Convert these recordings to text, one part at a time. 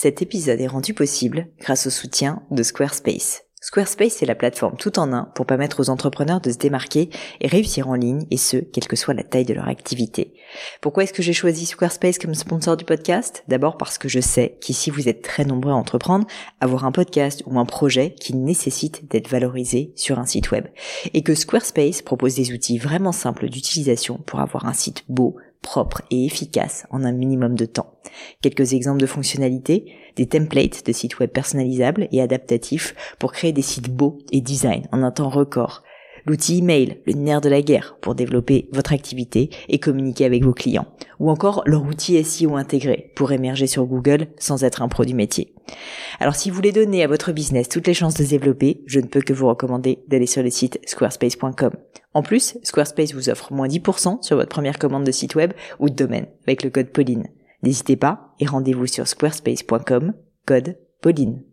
Cet épisode est rendu possible grâce au soutien de Squarespace. Squarespace est la plateforme tout en un pour permettre aux entrepreneurs de se démarquer et réussir en ligne, et ce, quelle que soit la taille de leur activité. Pourquoi est-ce que j'ai choisi Squarespace comme sponsor du podcast ? D'abord parce que je sais qu'ici vous êtes très nombreux à entreprendre, avoir un podcast ou un projet qui nécessite d'être valorisé sur un site web. Et que Squarespace propose des outils vraiment simples d'utilisation pour avoir un site beau, propre et efficace en un minimum de temps. Quelques exemples de fonctionnalités, des templates de sites web personnalisables et adaptatifs pour créer des sites beaux et design en un temps record. L'outil email, le nerf de la guerre pour développer votre activité et communiquer avec vos clients. Ou encore leur outil SEO intégré pour émerger sur Google sans être un pro du métier. Alors si vous voulez donner à votre business toutes les chances de se développer, je ne peux que vous recommander d'aller sur le site squarespace.com. En plus, Squarespace vous offre moins 10% sur votre première commande de site web ou de domaine avec le code Pauline. N'hésitez pas et rendez-vous sur squarespace.com, code Pauline.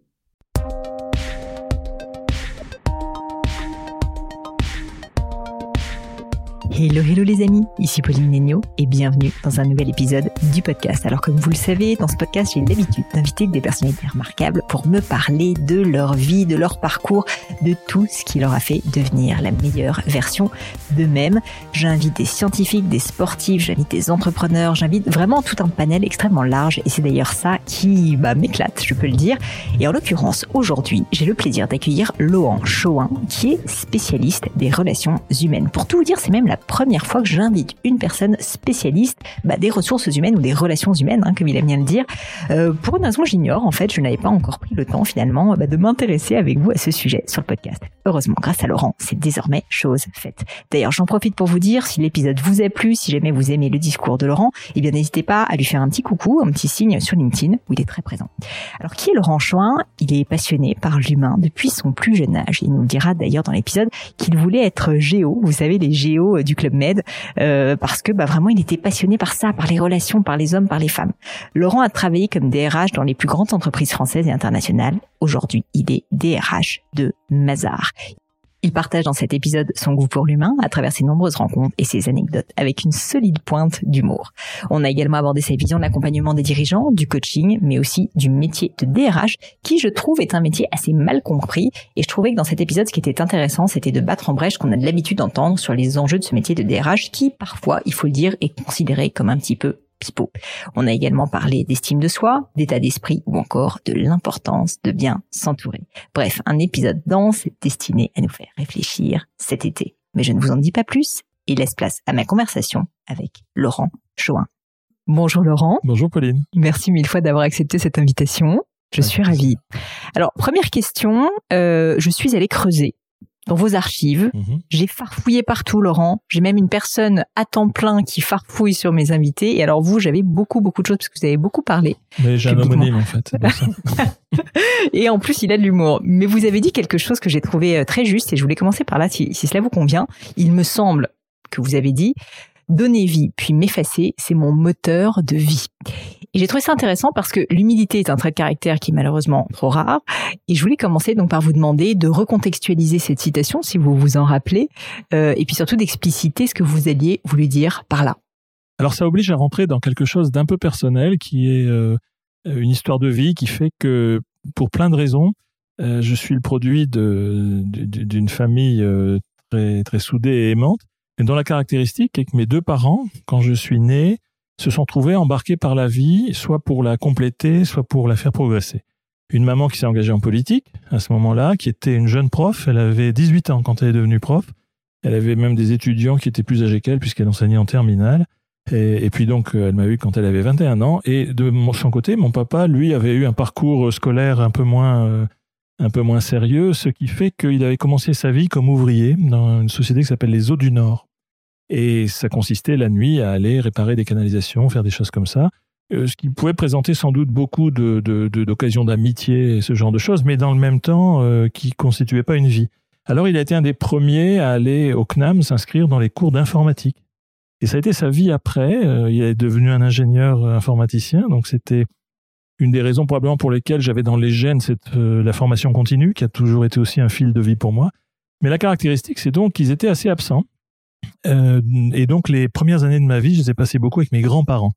Hello les amis, ici Pauline Léniaud et bienvenue dans un nouvel épisode du podcast. Alors comme vous le savez, dans ce podcast, j'ai l'habitude d'inviter des personnalités remarquables pour me parler de leur vie, de leur parcours, de tout ce qui leur a fait devenir la meilleure version d'eux-mêmes. J'invite des scientifiques, des sportifs, j'invite des entrepreneurs, j'invite vraiment tout un panel extrêmement large et c'est d'ailleurs ça qui m'éclate, je peux le dire. Et en l'occurrence, aujourd'hui, j'ai le plaisir d'accueillir Laurent Choin qui est spécialiste des relations humaines. Pour tout vous dire, c'est même la première fois que j'invite une personne spécialiste des ressources humaines ou des relations humaines, comme il aime bien le dire. Pour une raison j'ignore, en fait, je n'avais pas encore pris le temps finalement de m'intéresser avec vous à ce sujet sur le podcast. Heureusement, grâce à Laurent, c'est désormais chose faite. D'ailleurs, j'en profite pour vous dire, si l'épisode vous a plu, si jamais vous aimez le discours de Laurent, eh bien n'hésitez pas à lui faire un petit coucou, un petit signe sur LinkedIn où il est très présent. Alors, qui est Laurent Choin ? Il est passionné par l'humain depuis son plus jeune âge. Il nous le dira d'ailleurs dans l'épisode qu'il voulait être géo, vous savez, les géos du Club Med, parce que vraiment il était passionné par ça, par les relations, par les hommes, par les femmes. Laurent a travaillé comme DRH dans les plus grandes entreprises françaises et internationales. Aujourd'hui, il est DRH de Mazars. Il partage dans cet épisode son goût pour l'humain à travers ses nombreuses rencontres et ses anecdotes avec une solide pointe d'humour. On a également abordé sa vision de l'accompagnement des dirigeants, du coaching, mais aussi du métier de DRH qui, je trouve, est un métier assez mal compris. Et je trouvais que dans cet épisode, ce qui était intéressant, c'était de battre en brèche qu'on a de l'habitude d'entendre sur les enjeux de ce métier de DRH qui, parfois, il faut le dire, est considéré comme un petit peu pipeau. On a également parlé d'estime de soi, d'état d'esprit ou encore de l'importance de bien s'entourer. Bref, un épisode dense destiné à nous faire réfléchir cet été. Mais je ne vous en dis pas plus et laisse place à ma conversation avec Laurent Choin. Bonjour Laurent. Bonjour Pauline. Merci mille fois d'avoir accepté cette invitation. Je suis ravie. Alors, première question, je suis allée creuser dans vos archives. J'ai farfouillé partout, Laurent. J'ai même une personne à temps plein qui farfouille sur mes invités. Et alors vous, j'avais beaucoup de choses parce que vous avez beaucoup parlé. Mais j'ai un homonyme en fait, c'est pour ça. Et en plus, il a de l'humour. Mais vous avez dit quelque chose que j'ai trouvé très juste et je voulais commencer par là, si cela vous convient. Il me semble que vous avez dit « Donner vie puis m'effacer, c'est mon moteur de vie ». Et j'ai trouvé ça intéressant parce que l'humilité est un trait de caractère qui est malheureusement trop rare. Et je voulais commencer donc par vous demander de recontextualiser cette citation, si vous vous en rappelez, et puis surtout d'expliciter ce que vous alliez voulu dire par là. Alors ça oblige à rentrer dans quelque chose d'un peu personnel qui est une histoire de vie qui fait que, pour plein de raisons, je suis le produit d'une famille très, très soudée et aimante, et dont la caractéristique est que mes deux parents, quand je suis né, se sont trouvés embarqués par la vie, soit pour la compléter, soit pour la faire progresser. Une maman qui s'est engagée en politique, à ce moment-là, qui était une jeune prof, elle avait 18 ans quand elle est devenue prof, elle avait même des étudiants qui étaient plus âgés qu'elle, puisqu'elle enseignait en terminale, et puis donc elle m'a eu quand elle avait 21 ans, et de son côté, mon papa, lui, avait eu un parcours scolaire un peu moins sérieux, ce qui fait qu'il avait commencé sa vie comme ouvrier dans une société qui s'appelle les Eaux du Nord. Et ça consistait la nuit à aller réparer des canalisations, faire des choses comme ça, ce qui pouvait présenter sans doute beaucoup d'occasions d'amitié et ce genre de choses, mais dans le même temps qui constituait pas une vie. Alors il a été un des premiers à aller au CNAM s'inscrire dans les cours d'informatique. Et ça a été sa vie après. Il est devenu un ingénieur informaticien, donc c'était une des raisons probablement pour lesquelles j'avais dans les gènes la formation continue, qui a toujours été aussi un fil de vie pour moi. Mais la caractéristique, c'est donc qu'ils étaient assez absents. Et donc les premières années de ma vie, je les ai passées beaucoup avec mes grands-parents.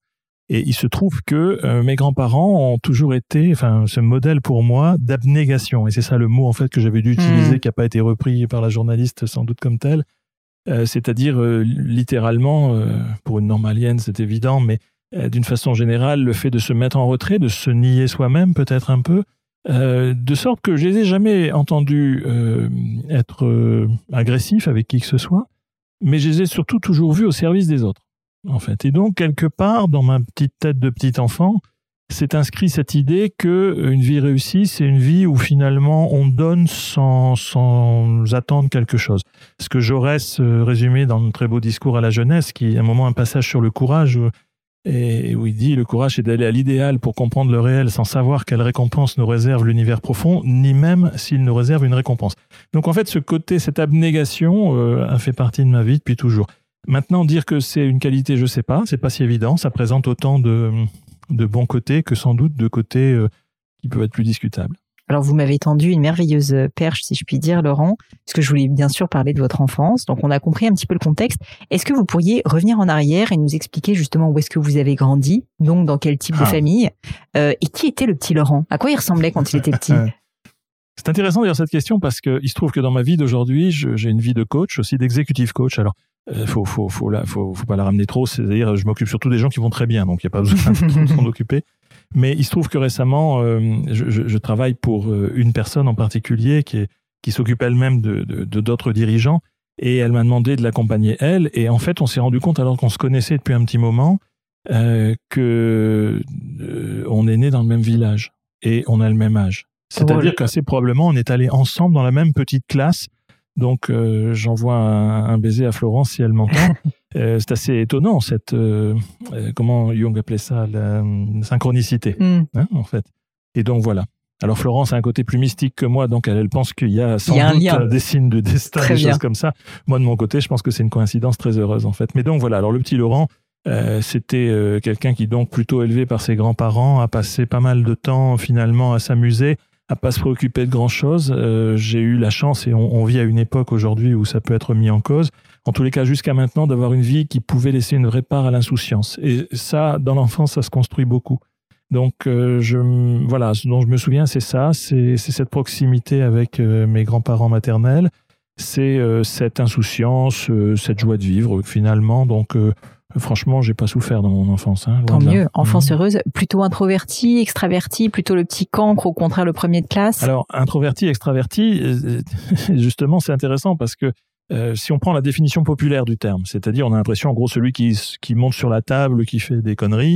Et il se trouve que mes grands-parents ont toujours été, ce modèle pour moi d'abnégation. Et c'est ça le mot en fait que j'avais dû utiliser, qui n'a pas été repris par la journaliste sans doute comme tel. C'est-à-dire littéralement, pour une normalienne c'est évident, mais d'une façon générale, le fait de se mettre en retrait, de se nier soi-même peut-être un peu, de sorte que je les ai jamais entendus être agressifs avec qui que ce soit, mais je les ai surtout toujours vus au service des autres, en fait. Et donc, quelque part, dans ma petite tête de petit enfant, s'est inscrit cette idée qu'une vie réussie, c'est une vie où finalement on donne sans attendre quelque chose. Ce que Jaurès résumait dans un très beau discours à la jeunesse, qui est à un moment un passage sur le courage, et où il dit « Le courage, c'est d'aller à l'idéal pour comprendre le réel sans savoir quelle récompense nous réserve l'univers profond, ni même s'il nous réserve une récompense. » Donc en fait, ce côté, cette abnégation a fait partie de ma vie depuis toujours. Maintenant, dire que c'est une qualité, je sais pas, c'est pas si évident. Ça présente autant de bons côtés que sans doute de côtés qui peuvent être plus discutables. Alors, vous m'avez tendu une merveilleuse perche, si je puis dire, Laurent, parce que je voulais bien sûr parler de votre enfance. Donc, on a compris un petit peu le contexte. Est-ce que vous pourriez revenir en arrière et nous expliquer justement où est-ce que vous avez grandi, donc dans quel type de famille, et qui était le petit Laurent? À quoi il ressemblait quand il était petit? C'est intéressant d'ailleurs cette question parce que il se trouve que dans ma vie d'aujourd'hui, j'ai une vie de coach, aussi d'executive coach. Alors, faut pas la ramener trop. C'est-à-dire, je m'occupe surtout des gens qui vont très bien, donc il n'y a pas besoin de s'en occuper. Mais il se trouve que récemment, je travaille pour une personne en particulier qui s'occupe elle-même de d'autres dirigeants, et elle m'a demandé de l'accompagner elle. Et en fait, on s'est rendu compte alors qu'on se connaissait depuis un petit moment que on est né dans le même village et on a le même âge. C'est-à-dire qu'assez probablement, on est allés ensemble dans la même petite classe. Donc, j'envoie un baiser à Florence si elle m'entend. C'est assez étonnant, cette, comment Jung appelait ça, la synchronicité, en fait. Et donc, voilà. Alors, Florence a un côté plus mystique que moi, donc elle pense qu'il y a sans doute des signes de destin, des choses comme ça. Moi, de mon côté, je pense que c'est une coïncidence très heureuse, en fait. Mais donc, voilà. Alors, le petit Laurent, c'était quelqu'un qui, donc, plutôt élevé par ses grands-parents, a passé pas mal de temps, finalement, à s'amuser, à pas se préoccuper de grand-chose. J'ai eu la chance, et on vit à une époque aujourd'hui où ça peut être mis en cause, en tous les cas jusqu'à maintenant, d'avoir une vie qui pouvait laisser une vraie part à l'insouciance. Et ça, dans l'enfance, ça se construit beaucoup. Donc, voilà, ce dont je me souviens, c'est ça, c'est cette proximité avec mes grands-parents maternels, c'est cette insouciance, cette joie de vivre, finalement. Donc, franchement, j'ai pas souffert dans mon enfance. Tant mieux. Enfance heureuse, plutôt introverti, extraverti, plutôt le petit cancre, au contraire le premier de classe. Alors, introverti, extraverti, justement, c'est intéressant parce que si on prend la définition populaire du terme, c'est-à-dire on a l'impression, en gros, celui qui monte sur la table, qui fait des conneries,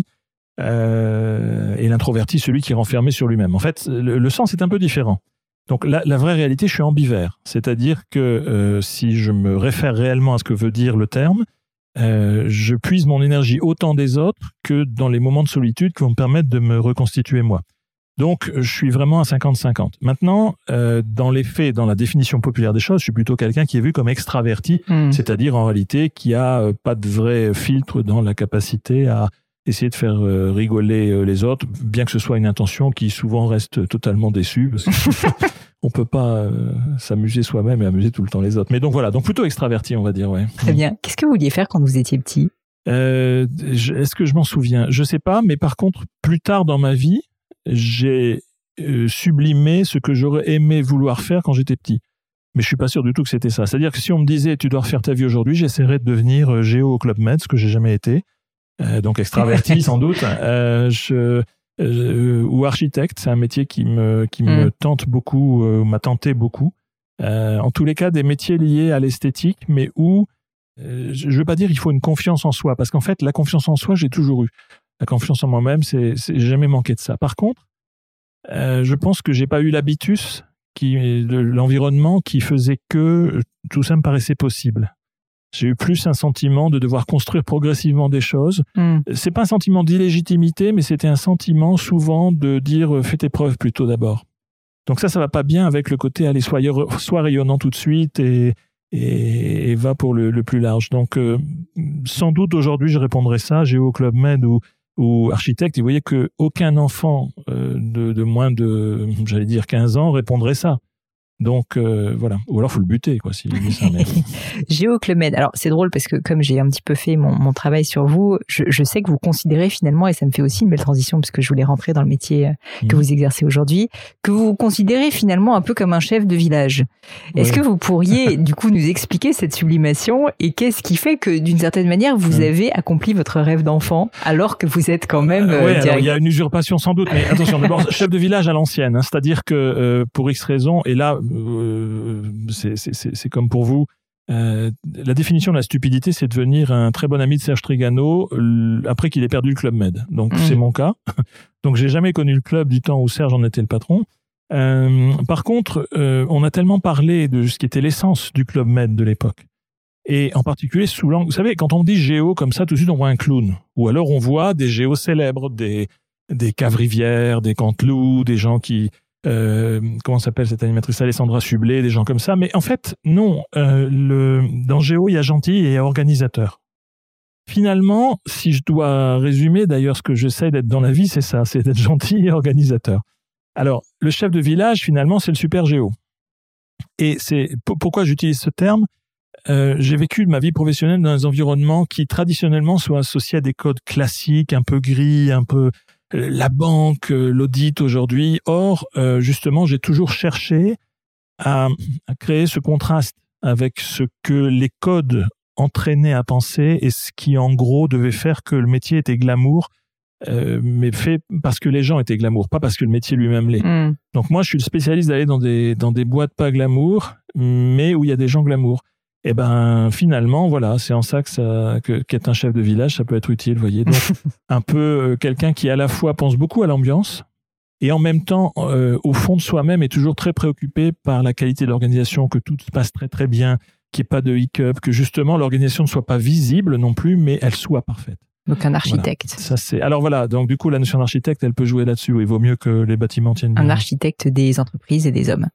et l'introverti, celui qui est renfermé sur lui-même. En fait, le sens est un peu différent. Donc, la vraie réalité, je suis ambivers. C'est-à-dire que si je me réfère réellement à ce que veut dire le terme, je puise mon énergie autant des autres que dans les moments de solitude qui vont me permettre de me reconstituer moi. Donc, je suis vraiment à 50-50. Maintenant, dans les faits, dans la définition populaire des choses, je suis plutôt quelqu'un qui est vu comme extraverti, c'est-à-dire en réalité qui a pas de vrai filtre dans la capacité à essayer de faire rigoler les autres, bien que ce soit une intention qui souvent reste totalement déçue, parce qu'on peut pas s'amuser soi-même et amuser tout le temps les autres. Mais donc voilà, donc plutôt extraverti, on va dire, ouais. Très bien. Qu'est-ce que vous vouliez faire quand vous étiez petit ? Est-ce que je m'en souviens ? Je sais pas, mais par contre, plus tard dans ma vie, j'ai sublimé ce que j'aurais aimé vouloir faire quand j'étais petit. Mais je suis pas sûr du tout que c'était ça. C'est-à-dire que si on me disait tu dois refaire ta vie aujourd'hui, j'essaierais de devenir géo au Club Med, ce que j'ai jamais été. Donc extraverti sans doute. Ou architecte, c'est un métier qui me tente beaucoup, m'a tenté beaucoup. En tous les cas, des métiers liés à l'esthétique, mais où je veux pas dire il faut une confiance en soi, parce qu'en fait, la confiance en soi, j'ai toujours eu. La confiance en moi-même, j'ai jamais manqué de ça. Par contre, je pense que j'ai pas eu l'habitus de l'environnement qui faisait que tout ça me paraissait possible. J'ai eu plus un sentiment de devoir construire progressivement des choses. C'est pas un sentiment d'illégitimité, mais c'était un sentiment souvent de dire fais tes preuves plutôt d'abord. Donc ça va pas bien avec le côté allez sois rayonnant tout de suite et va pour le plus large. Donc sans doute aujourd'hui je répondrais ça, géo Club Med ou architecte. Et vous voyez que aucun enfant de moins de, j'allais dire 15 ans répondrait ça. Donc voilà, ou alors faut le buter quoi s'il dit ça. Mais... Géo Club Med. Alors c'est drôle parce que comme j'ai un petit peu fait mon travail sur vous, je sais que vous considérez finalement, et ça me fait aussi une belle transition parce que je voulais rentrer dans le métier que vous exercez aujourd'hui, que vous vous considérez finalement un peu comme un chef de village. Est-ce que vous pourriez du coup nous expliquer cette sublimation et qu'est-ce qui fait que d'une certaine manière vous avez accompli votre rêve d'enfant alors que vous êtes quand même alors, il y a une usurpation sans doute, mais attention, d'abord chef de village à l'ancienne, hein, c'est-à-dire que pour X raisons, et là c'est comme pour vous, la définition de la stupidité, c'est devenir un très bon ami de Serge Trigano après qu'il ait perdu le Club Med. Donc c'est mon cas. Donc j'ai jamais connu le club du temps où Serge en était le patron. Par contre, on a tellement parlé de ce qui était l'essence du Club Med de l'époque. Et en particulier sous l'angle, vous savez, quand on dit géo comme ça, tout de suite on voit un clown. Ou alors on voit des géos célèbres, des Cave-Rivière, des Canteloup, des gens qui... comment s'appelle cette animatrice, Alessandra Sublet, des gens comme ça. Mais en fait, non. Dans Géo, il y a gentil et il y a organisateur. Finalement, si je dois résumer, d'ailleurs, ce que j'essaie d'être dans la vie, c'est ça, c'est d'être gentil et organisateur. Alors, le chef de village, finalement, c'est le super Géo. Et c'est pourquoi j'utilise ce terme. J'ai vécu ma vie professionnelle dans un environnement qui, traditionnellement, sont associés à des codes classiques, un peu gris, un peu... la banque, l'audit aujourd'hui. Or, justement, j'ai toujours cherché à créer ce contraste avec ce que les codes entraînaient à penser et ce qui, en gros, devait faire que le métier était glamour, mais fait parce que les gens étaient glamour, pas parce que le métier lui-même l'est. Donc moi, je suis le spécialiste d'aller dans des boîtes pas glamour, mais où il y a des gens glamour. Et ben finalement, voilà, c'est en ça qu'être un chef de village, ça peut être utile, vous voyez. Donc un peu quelqu'un qui à la fois pense beaucoup à l'ambiance et en même temps, au fond de soi-même, est toujours très préoccupé par la qualité de l'organisation, que tout se passe très très bien, qu'il n'y ait pas de hic-up, que justement l'organisation ne soit pas visible non plus, mais elle soit parfaite. Donc un architecte. Voilà. Ça c'est. Alors voilà, donc du coup la notion d'architecte, elle peut jouer là-dessus. Il vaut mieux que les bâtiments tiennent bien. Un architecte des entreprises et des hommes.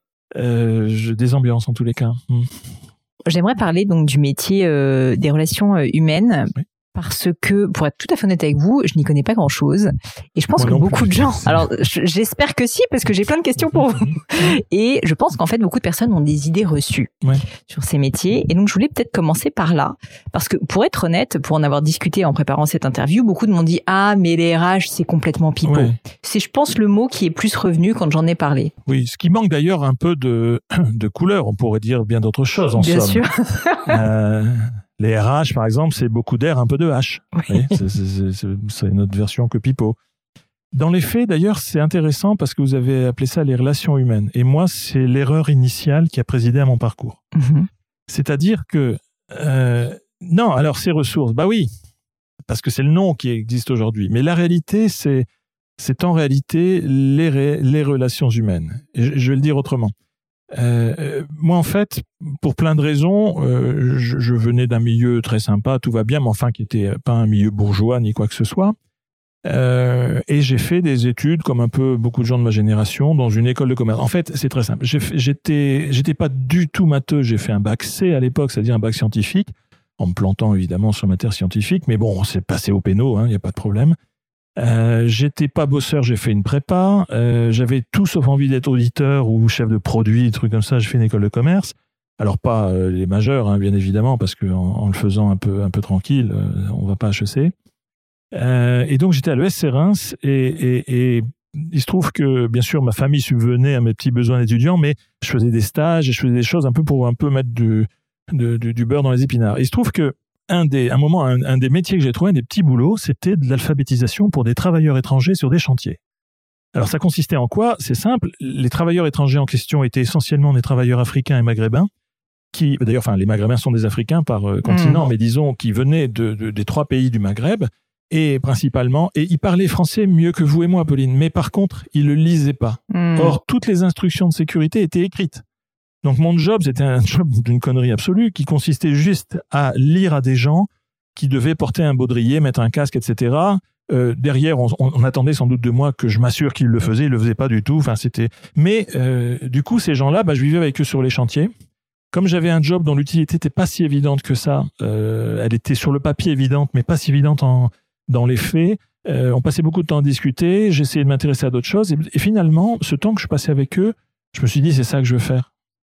Des ambiances en tous les cas. J'aimerais parler donc du métier des relations humaines. Oui. Parce que, pour être tout à fait honnête avec vous, je n'y connais pas grand-chose. Et je pense que beaucoup de gens... Alors, j'espère que si, parce que j'ai plein de questions pour vous. Et je pense qu'en fait, beaucoup de personnes ont des idées reçues sur ces métiers. Et donc, je voulais peut-être commencer par là. Parce que, pour être honnête, pour en avoir discuté en préparant cette interview, beaucoup de m'ont dit « Ah, mais les RH, c'est complètement pipeau. » C'est, je pense, le mot qui est plus revenu quand j'en ai parlé. Oui, ce qui manque d'ailleurs un peu de couleur. On pourrait dire bien d'autres choses, en somme. Bien sûr. Les RH, par exemple, c'est beaucoup d'air, un peu de H. Oui. C'est notre version que pipeau. Dans les faits, d'ailleurs, c'est intéressant parce que vous avez appelé ça les relations humaines. Et moi, c'est l'erreur initiale qui a présidé à mon parcours. C'est-à-dire que... non, alors ces ressources, bah oui, parce que c'est le nom qui existe aujourd'hui. Mais la réalité, c'est en réalité les relations humaines. Et je vais le dire autrement. Moi, en fait, pour plein de raisons, je venais d'un milieu très sympa, tout va bien, mais enfin qui était pas un milieu bourgeois ni quoi que ce soit. Et j'ai fait des études, comme un peu beaucoup de gens de ma génération, dans une école de commerce. En fait, c'est très simple. J'étais pas du tout matheux. J'ai fait un bac C à l'époque, c'est-à-dire un bac scientifique, en me plantant évidemment sur matière scientifique, mais bon, c'est passé au péno, hein, y a pas de problème. J'étais pas bosseur, j'ai fait une prépa. J'avais tout sauf envie d'être auditeur ou chef de produit, des trucs comme ça. J'ai fait une école de commerce. Alors pas les majeurs, hein, bien évidemment, parce que en le faisant un peu tranquille, on va pas à HEC. Et donc j'étais à l'ESC Reims et il se trouve que bien sûr ma famille subvenait à mes petits besoins d'étudiant, mais je faisais des stages et je faisais des choses un peu pour un peu mettre du beurre dans les épinards. Et il se trouve que un des métiers que j'ai trouvé, un des petits boulots, c'était de l'alphabétisation pour des travailleurs étrangers sur des chantiers. Alors ça consistait en quoi ? C'est simple, les travailleurs étrangers en question étaient essentiellement des travailleurs africains et maghrébins, qui, d'ailleurs, enfin les maghrébins sont des Africains par continent, mais disons qui venaient des 3 pays du Maghreb, et principalement, et ils parlaient français mieux que vous et moi, Pauline, mais par contre, ils le lisaient pas. Or, toutes les instructions de sécurité étaient écrites. Donc mon job, c'était un job d'une connerie absolue qui consistait juste à lire à des gens qui devaient porter un baudrier, mettre un casque, etc. Derrière, on attendait sans doute de moi que je m'assure qu'ils le faisaient. Ils le faisaient pas du tout. Enfin, c'était. Mais du coup, ces gens-là, je vivais avec eux sur les chantiers. Comme j'avais un job dont l'utilité n'était pas si évidente que ça, elle était sur le papier évidente, mais pas si évidente dans les faits. On passait beaucoup de temps à discuter. J'essayais de m'intéresser à d'autres choses. Et finalement, ce temps que je passais avec eux, je me suis dit, c'est ça que je veux faire.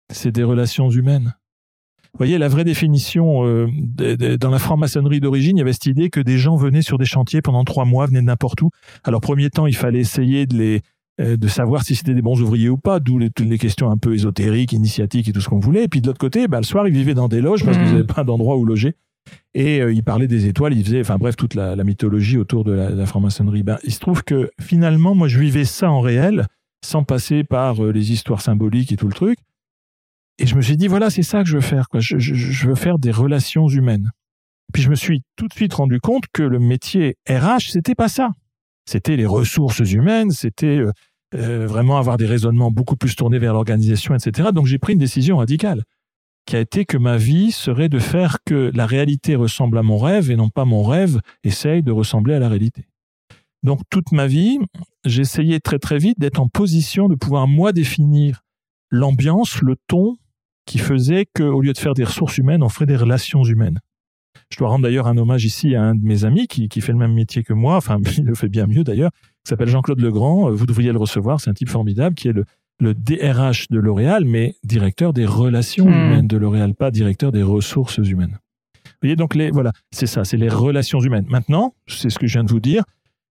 c'est des relations humaines. Vous voyez, la vraie définition, dans la franc-maçonnerie d'origine, il y avait cette idée que des gens venaient sur des chantiers pendant 3 mois, venaient de n'importe où. Alors, premier temps, il fallait essayer de savoir si c'était des bons ouvriers ou pas, d'où toutes les questions un peu ésotériques, initiatiques et tout ce qu'on voulait. Et puis de l'autre côté, le soir, ils vivaient dans des loges parce qu'ils n'avaient pas d'endroit où loger. Et ils parlaient des étoiles, ils faisaient, enfin bref, toute la mythologie autour de la franc-maçonnerie. Il se trouve que finalement, moi, je vivais ça en réel, sans passer par les histoires symboliques et tout le truc. Et je me suis dit, voilà, c'est ça que je veux faire, quoi. Je veux faire des relations humaines. Puis je me suis tout de suite rendu compte que le métier RH, c'était pas ça. C'était les ressources humaines, c'était vraiment avoir des raisonnements beaucoup plus tournés vers l'organisation, etc. Donc j'ai pris une décision radicale, qui a été que ma vie serait de faire que la réalité ressemble à mon rêve et non pas mon rêve essaye de ressembler à la réalité. Donc toute ma vie, j'ai essayé très très vite d'être en position de pouvoir moi définir l'ambiance, le ton qui faisait qu'au lieu de faire des ressources humaines, on ferait des relations humaines. Je dois rendre d'ailleurs un hommage ici à un de mes amis qui fait le même métier que moi, enfin il le fait bien mieux d'ailleurs, qui s'appelle Jean-Claude Legrand, vous devriez le recevoir, c'est un type formidable qui est le DRH de L'Oréal, mais directeur des relations humaines de L'Oréal, pas directeur des ressources humaines. Vous voyez, donc voilà, c'est ça, c'est les relations humaines. Maintenant, c'est ce que je viens de vous dire,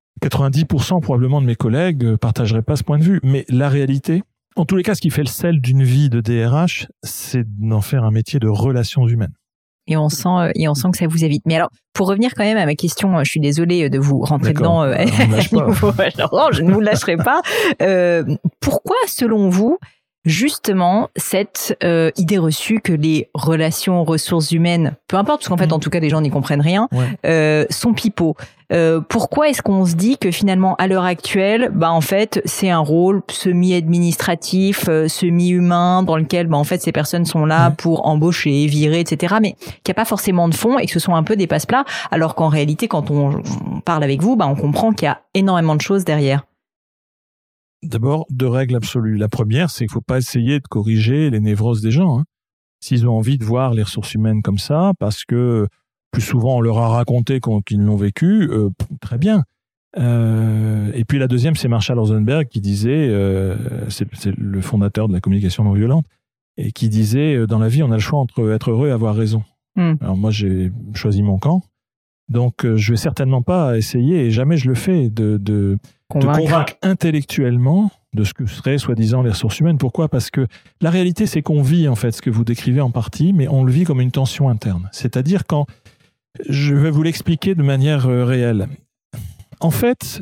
90% probablement de mes collègues ne partageraient pas ce point de vue, mais la réalité, en tous les cas, ce qui fait le sel d'une vie de DRH, c'est d'en faire un métier de relations humaines. Et on sent que ça vous évite. Mais alors, pour revenir quand même à ma question, je suis désolée de vous rentrer dedans. On lâche pas. Non, je ne vous lâcherai pas. Pourquoi, selon vous, justement, cette idée reçue que les relations ressources humaines, peu importe, parce qu'en fait, en tout cas, les gens n'y comprennent rien, sont pipeaux. Pourquoi est-ce qu'on se dit que finalement, à l'heure actuelle, en fait, c'est un rôle semi-administratif, semi-humain, dans lequel, en fait, ces personnes sont là pour embaucher, virer, etc., mais qu'il n'y a pas forcément de fond et que ce sont un peu des passe-plats, alors qu'en réalité, quand on parle avec vous, on comprend qu'il y a énormément de choses derrière. D'abord, 2 règles absolues. La première, c'est qu'il ne faut pas essayer de corriger les névroses des gens. S'ils ont envie de voir les ressources humaines comme ça, parce que plus souvent on leur a raconté qu'ils l'ont vécu, très bien. Et puis la deuxième, c'est Marshall Rosenberg qui disait, c'est le fondateur de la communication non violente, et qui disait, dans la vie, on a le choix entre être heureux et avoir raison. Alors moi, j'ai choisi mon camp. Donc, je vais certainement pas essayer, et jamais je le fais, de convaincre intellectuellement de ce que seraient soi-disant les ressources humaines. Pourquoi ? Parce que la réalité, c'est qu'on vit en fait ce que vous décrivez en partie, mais on le vit comme une tension interne. C'est-à-dire quand je vais vous l'expliquer de manière réelle. En fait,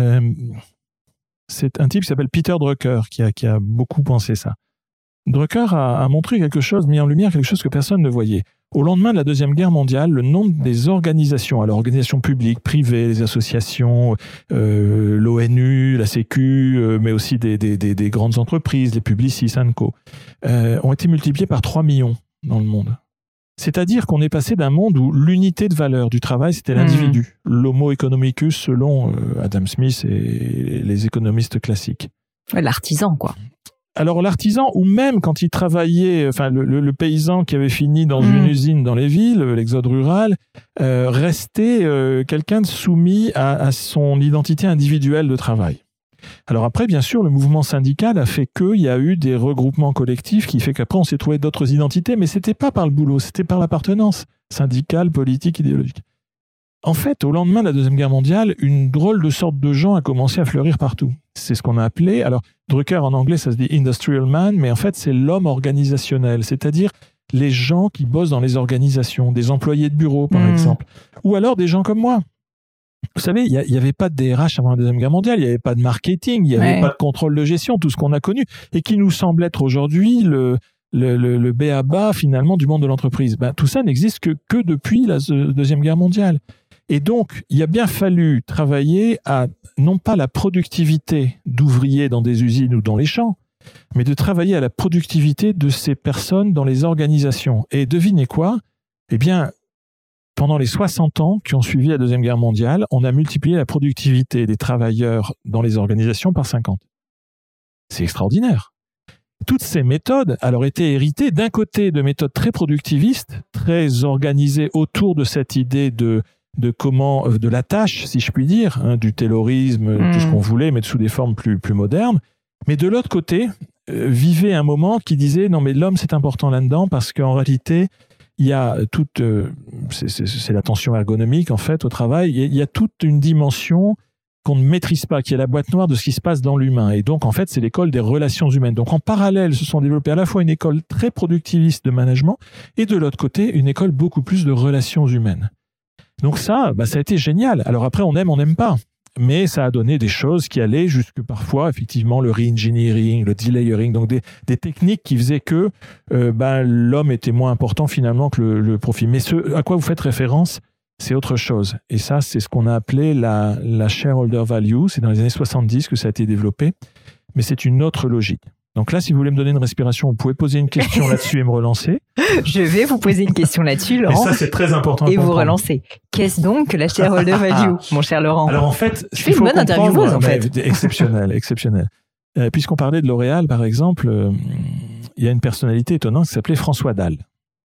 c'est un type qui s'appelle Peter Drucker qui a beaucoup pensé ça. Drucker a montré quelque chose, mis en lumière quelque chose que personne ne voyait. Au lendemain de la Deuxième Guerre mondiale, le nombre des organisations, alors organisations publiques, privées, les associations, l'ONU, la Sécu, mais aussi des grandes entreprises, les Publicis, Co, ont été multipliés par 3 millions dans le monde. C'est-à-dire qu'on est passé d'un monde où l'unité de valeur du travail, c'était l'individu, l'homo economicus selon Adam Smith et les économistes classiques. L'artisan, quoi. Alors l'artisan, ou même quand il travaillait, enfin le paysan qui avait fini dans une usine dans les villes, l'exode rural, restait quelqu'un de soumis à son identité individuelle de travail. Alors après, bien sûr, le mouvement syndical a fait qu'il y a eu des regroupements collectifs qui fait qu'après on s'est trouvé d'autres identités, mais c'était pas par le boulot, c'était par l'appartenance syndicale, politique, idéologique. En fait, au lendemain de la Deuxième Guerre mondiale, une drôle de sorte de gens a commencé à fleurir partout. C'est ce qu'on a appelé, alors Drucker en anglais ça se dit industrial man, mais en fait c'est l'homme organisationnel, c'est-à-dire les gens qui bossent dans les organisations, des employés de bureau par exemple, ou alors des gens comme moi. Vous savez, il n'y avait pas de DRH avant la Deuxième Guerre mondiale, il n'y avait pas de marketing, il n'y avait pas de contrôle de gestion, tout ce qu'on a connu, et qui nous semble être aujourd'hui le b.a.-ba finalement du monde de l'entreprise. Tout ça n'existe que depuis la Deuxième Guerre mondiale. Et donc, il a bien fallu travailler à, non pas la productivité d'ouvriers dans des usines ou dans les champs, mais de travailler à la productivité de ces personnes dans les organisations. Et devinez quoi ? Eh bien, pendant les 60 ans qui ont suivi la Deuxième Guerre mondiale, on a multiplié la productivité des travailleurs dans les organisations par 50. C'est extraordinaire. Toutes ces méthodes, alors, étaient héritées d'un côté de méthodes très productivistes, très organisées autour de cette idée de la tâche, si je puis dire, du taylorisme, tout ce qu'on voulait, mais sous des formes plus modernes. Mais de l'autre côté, vivait un moment qui disait non mais l'homme c'est important là-dedans parce qu'en réalité il y a toute c'est la tension ergonomique en fait au travail, il y a toute une dimension qu'on ne maîtrise pas, qui est la boîte noire de ce qui se passe dans l'humain. Et donc, en fait, c'est l'école des relations humaines. Donc, en parallèle, se sont développées à la fois une école très productiviste de management et de l'autre côté, une école beaucoup plus de relations humaines. Donc ça, ça a été génial. Alors après, on n'aime pas. Mais ça a donné des choses qui allaient jusque parfois, effectivement, le re-engineering, le delayering, donc des techniques qui faisaient que l'homme était moins important finalement que le profit. Mais ce à quoi vous faites référence, c'est autre chose. Et ça, c'est ce qu'on a appelé la shareholder value. C'est dans les années 70 que ça a été développé. Mais c'est une autre logique. Donc là, si vous voulez me donner une respiration, vous pouvez poser une question là-dessus et me relancer. Je vais vous poser une question là-dessus, Laurent. Et ça, c'est très important. Et vous relancer. Qu'est-ce donc que la shareholder value, mon cher Laurent? Alors en fait, je fais une bonne intervieweuse en fait. Exceptionnel. Puisqu'on parlait de L'Oréal, par exemple, il y a une personnalité étonnante qui s'appelait François Dalle.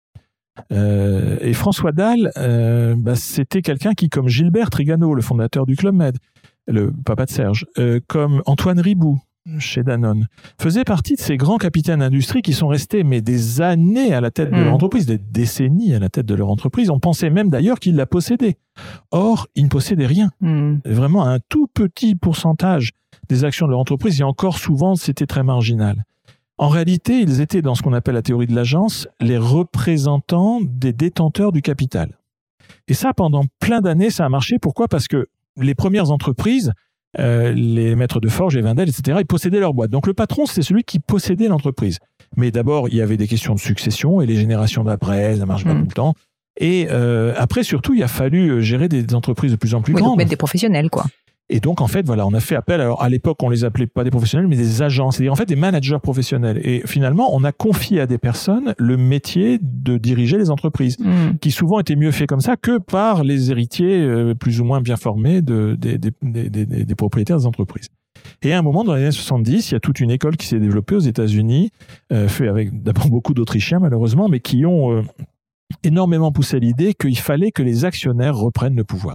Et François Dalle, c'était quelqu'un qui, comme Gilbert Trigano, le fondateur du Club Med, le papa de Serge, comme Antoine Riboud chez Danone, faisait partie de ces grands capitaines d'industrie qui sont restés des années à la tête de leur entreprise, des décennies à la tête de leur entreprise. On pensait même d'ailleurs qu'ils la possédaient. Or, ils ne possédaient rien. Vraiment un tout petit pourcentage des actions de leur entreprise, et encore souvent, c'était très marginal. En réalité, ils étaient, dans ce qu'on appelle la théorie de l'agence, les représentants des détenteurs du capital. Et ça, pendant plein d'années, ça a marché. Pourquoi ? Parce que les premières entreprises, les maîtres de forge, les Wendel, etc., ils possédaient leur boîte. Donc le patron, c'est celui qui possédait l'entreprise. Mais d'abord, il y avait des questions de succession et les générations d'après, ça marche pas tout le temps. Et après, surtout, il a fallu gérer des entreprises de plus en plus grandes. Donc mettre des professionnels, quoi. Et donc, en fait, voilà, on a fait appel. Alors, à l'époque, on les appelait pas des professionnels, mais des agents. C'est-à-dire, en fait, des managers professionnels. Et finalement, on a confié à des personnes le métier de diriger les entreprises, qui souvent étaient mieux fait comme ça que par les héritiers plus ou moins bien formés des propriétaires des entreprises. Et à un moment, dans les années 70, il y a toute une école qui s'est développée aux États-Unis, fait avec d'abord beaucoup d'Autrichiens, malheureusement, mais qui ont énormément poussé l'idée qu'il fallait que les actionnaires reprennent le pouvoir.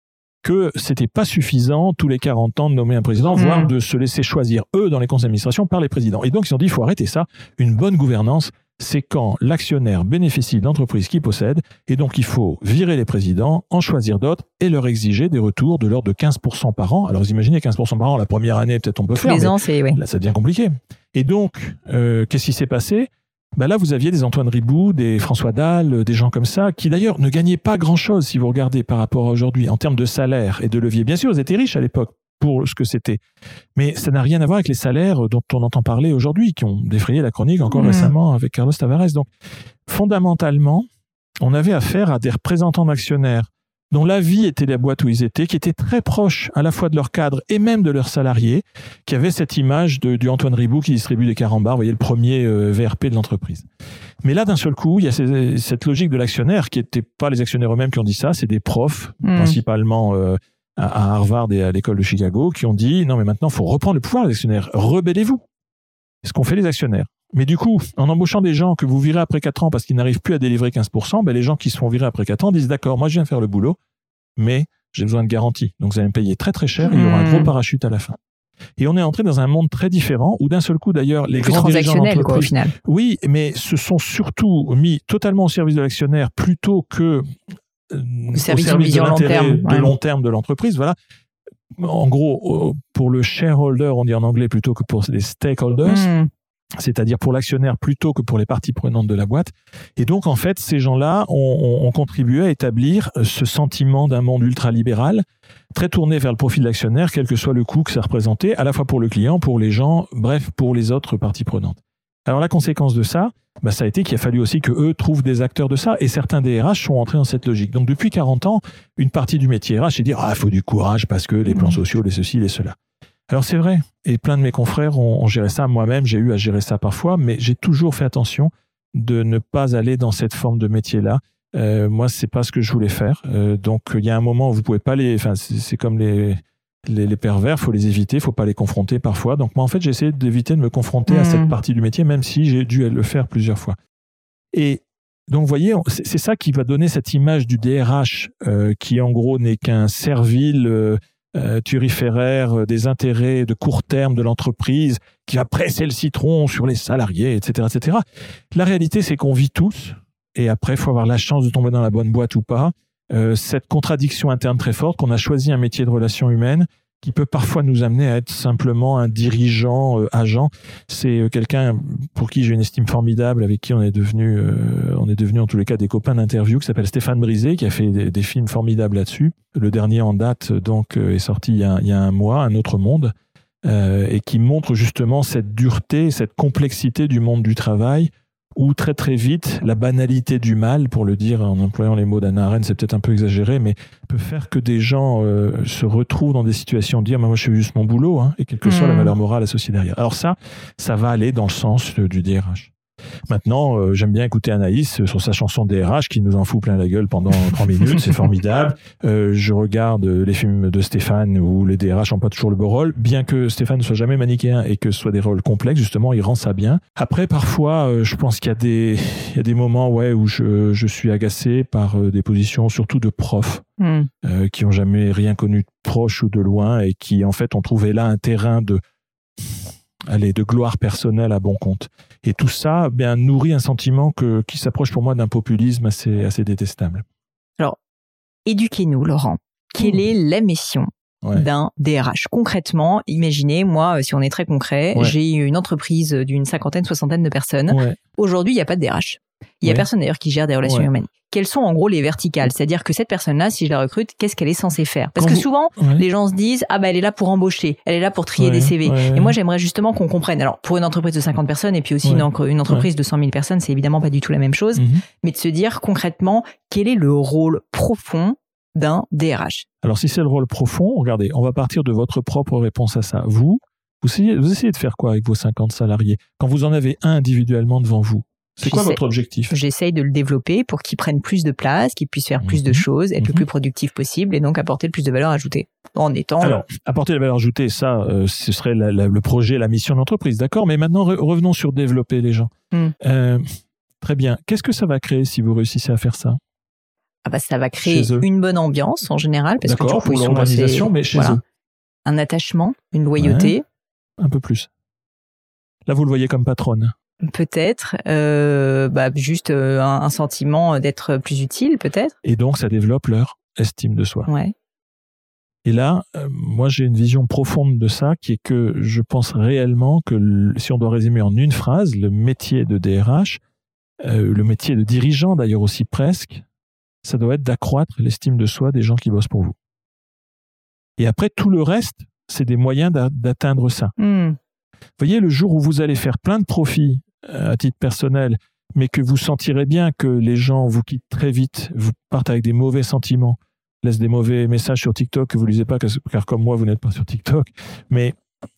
Que c'était pas suffisant tous les 40 ans de nommer un président, voire de se laisser choisir, eux, dans les conseils d'administration, par les présidents. Et donc, ils ont dit, il faut arrêter ça. Une bonne gouvernance, c'est quand l'actionnaire bénéficie d'entreprises qu'il possède, et donc il faut virer les présidents, en choisir d'autres, et leur exiger des retours de l'ordre de 15% par an. Alors, vous imaginez 15% par an, la première année, peut-être on peut faire, les ans, mais là, ça devient compliqué. Et donc, qu'est-ce qui s'est passé ? Là, vous aviez des Antoine Riboud, des François Dalle, des gens comme ça, qui d'ailleurs ne gagnaient pas grand-chose, si vous regardez par rapport à aujourd'hui, en termes de salaire et de levier. Bien sûr, ils étaient riches à l'époque, pour ce que c'était. Mais ça n'a rien à voir avec les salaires dont on entend parler aujourd'hui, qui ont défrayé la chronique encore récemment avec Carlos Tavares. Donc, fondamentalement, on avait affaire à des représentants d'actionnaires dont la vie était la boîte où ils étaient, qui étaient très proches à la fois de leurs cadres et même de leurs salariés, qui avaient cette image du Antoine Riboud qui distribue des carambars, vous voyez, le premier VRP de l'entreprise. Mais là, d'un seul coup, il y a cette logique de l'actionnaire, qui n'étaient pas les actionnaires eux-mêmes qui ont dit ça, c'est des profs, principalement à Harvard et à l'école de Chicago, qui ont dit, non mais maintenant, il faut reprendre le pouvoir, les actionnaires, rebellez-vous. C'est ce qu'ont fait les actionnaires. Mais du coup, en embauchant des gens que vous virez après 4 ans parce qu'ils n'arrivent plus à délivrer 15%, les gens qui se font virer après 4 ans disent, d'accord, moi je viens faire le boulot, mais j'ai besoin de garantie. Donc vous allez me payer très très cher et il y aura un gros parachute à la fin. Et on est entré dans un monde très différent où d'un seul coup d'ailleurs les grands dirigeants d'entreprise, quoi, au final. Oui, mais se sont surtout mis totalement au service de l'actionnaire plutôt que au service de l'intérêt de long terme de l'entreprise. Voilà. En gros, pour le shareholder, on dit en anglais plutôt que pour les stakeholders. C'est-à-dire pour l'actionnaire plutôt que pour les parties prenantes de la boîte. Et donc, en fait, ces gens-là ont contribué à établir ce sentiment d'un monde ultralibéral, très tourné vers le profit de l'actionnaire, quel que soit le coût que ça représentait, à la fois pour le client, pour les gens, bref, pour les autres parties prenantes. Alors, la conséquence de ça, ça a été qu'il a fallu aussi qu'eux trouvent des acteurs de ça, et certains des RH sont entrés dans cette logique. Donc, depuis 40 ans, une partie du métier RH, c'est dire, il faut du courage parce que les plans sociaux, les ceci, les cela. Alors c'est vrai, et plein de mes confrères ont géré ça, moi-même j'ai eu à gérer ça parfois, mais j'ai toujours fait attention de ne pas aller dans cette forme de métier-là. Moi, c'est pas ce que je voulais faire. Donc il y a un moment où vous pouvez pas c'est comme les pervers, faut les éviter, faut pas les confronter parfois. Donc moi en fait j'ai essayé d'éviter de me confronter à cette partie du métier, même si j'ai dû le faire plusieurs fois. Et donc vous voyez, c'est ça qui va donner cette image du DRH qui en gros n'est qu'un servile turiféraire des intérêts de court terme de l'entreprise qui va presser le citron sur les salariés, etc., etc. La réalité, c'est qu'on vit tous, et après, il faut avoir la chance de tomber dans la bonne boîte ou pas. Cette contradiction interne très forte, qu'on a choisi un métier de relations humaines qui peut parfois nous amener à être simplement un dirigeant, agent. C'est quelqu'un pour qui j'ai une estime formidable, avec qui on est devenu en tous les cas des copains d'interview, qui s'appelle Stéphane Brisé, qui a fait des films formidables là-dessus. Le dernier en date, donc, est sorti il y a un mois, Un autre monde, et qui montre justement cette dureté, cette complexité du monde du travail, où très très vite, la banalité du mal, pour le dire en employant les mots d'Hannah Arendt, c'est peut-être un peu exagéré, mais peut faire que des gens se retrouvent dans des situations de dire moi je fais juste mon boulot, hein, et quelle que soit la valeur morale associée derrière. Alors ça va aller dans le sens du DRH. Maintenant, j'aime bien écouter Anaïs sur sa chanson DRH qui nous en fout plein la gueule pendant 3 minutes, c'est formidable. Je regarde les films de Stéphane où les DRH n'ont pas toujours le beau rôle, bien que Stéphane ne soit jamais manichéen et que ce soit des rôles complexes, justement, il rend ça bien. Après, parfois, je pense qu'il y a des moments où je suis agacé par des positions, surtout de profs, qui n'ont jamais rien connu de proche ou de loin et qui, en fait, ont trouvé là un terrain de gloire personnelle à bon compte. Et tout ça nourrit un sentiment qui s'approche pour moi d'un populisme assez détestable. Alors, éduquez-nous, Laurent. Quelle est la mission d'un DRH? Concrètement, imaginez, moi, si on est très concret, j'ai une entreprise d'une 50aine, 60aine de personnes. Aujourd'hui, il n'y a pas de DRH. Il n'y a personne d'ailleurs qui gère des relations humaines. Quelles sont en gros les verticales? C'est-à-dire que cette personne-là, si je la recrute, qu'est-ce qu'elle est censée faire? Parce que souvent, les gens se disent, elle est là pour embaucher, elle est là pour trier des CV. Et moi, j'aimerais justement qu'on comprenne. Alors, pour une entreprise de 50 personnes et puis aussi une entreprise de 100 000 personnes, c'est évidemment pas du tout la même chose. Mais de se dire concrètement, quel est le rôle profond d'un DRH? Alors, si c'est le rôle profond, regardez, on va partir de votre propre réponse à ça. Vous essayez de faire quoi avec vos 50 salariés? Quand vous en avez un individuellement devant vous, c'est quoi votre objectif? J'essaye de le développer pour qu'il prenne plus de place, qu'il puisse faire plus de choses, être le plus productif possible et donc apporter le plus de valeur ajoutée. Alors, apporter la valeur ajoutée, ça, ce serait le projet, la mission de l'entreprise, d'accord? Mais maintenant, revenons sur développer les gens. Très bien. Qu'est-ce que ça va créer si vous réussissez à faire ça? Ça va créer une bonne ambiance en général, parce que pour l'organisation, mais chez eux. Un attachement, une loyauté. Un peu plus. Là, vous le voyez comme patronne. Peut-être, juste un sentiment d'être plus utile, peut-être. Et donc, ça développe leur estime de soi. Et là, moi, j'ai une vision profonde de ça, qui est que je pense réellement que, si on doit résumer en une phrase, le métier de DRH, le métier de dirigeant d'ailleurs aussi presque, ça doit être d'accroître l'estime de soi des gens qui bossent pour vous. Et après, tout le reste, c'est des moyens d'atteindre ça. Vous voyez, le jour où vous allez faire plein de profits à titre personnel, mais que vous sentirez bien que les gens vous quittent très vite, vous partent avec des mauvais sentiments, laissent des mauvais messages sur TikTok que vous ne lisez pas, car comme moi, vous n'êtes pas sur TikTok, mais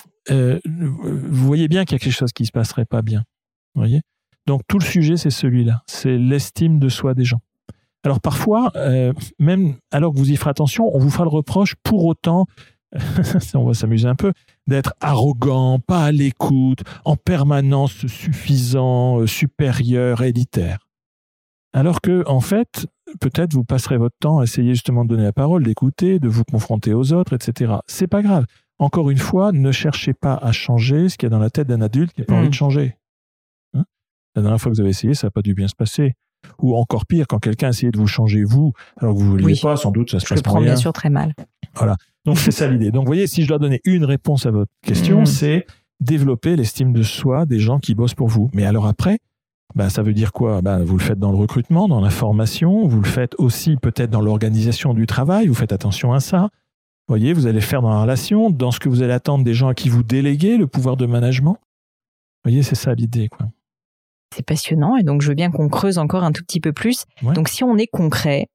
vous voyez bien qu'il y a quelque chose qui ne se passerait pas bien. Vous voyez ? Donc, tout le sujet, c'est celui-là. C'est l'estime de soi des gens. Alors, parfois, même alors que vous y ferez attention, on vous fera le reproche pour autant, on va s'amuser un peu, d'être arrogant, pas à l'écoute, en permanence suffisant, supérieur, élitaire. Alors que, en fait, peut-être vous passerez votre temps à essayer justement de donner la parole, d'écouter, de vous confronter aux autres, etc. C'est pas grave. Encore une fois, ne cherchez pas à changer ce qu'il y a dans la tête d'un adulte qui n'a pas envie de changer. Hein ? La dernière fois que vous avez essayé, ça n'a pas dû bien se passer. Ou encore pire, quand quelqu'un a essayé de vous changer vous, alors que vous ne vouliez pas, sans doute, ça se passe pas bien. Je le prends bien sûr très mal. Voilà. Donc, c'est ça l'idée. Donc, vous voyez, si je dois donner une réponse à votre question, c'est développer l'estime de soi des gens qui bossent pour vous. Mais alors après, ça veut dire quoi? Vous le faites dans le recrutement, dans la formation, vous le faites aussi peut-être dans l'organisation du travail, vous faites attention à ça. Vous voyez, vous allez le faire dans la relation, dans ce que vous allez attendre des gens à qui vous déléguez le pouvoir de management. Vous voyez, c'est ça l'idée, quoi. C'est passionnant et donc je veux bien qu'on creuse encore un tout petit peu plus. Ouais. Donc si on est concret,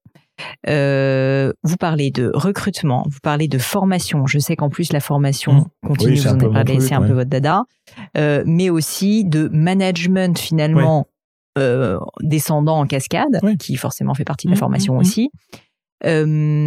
vous parlez de recrutement, vous parlez de formation. Je sais qu'en plus la formation continue, vous en avez parlé, c'est un peu votre dada, mais aussi de management finalement descendant en cascade, qui forcément fait partie de la formation aussi. Là,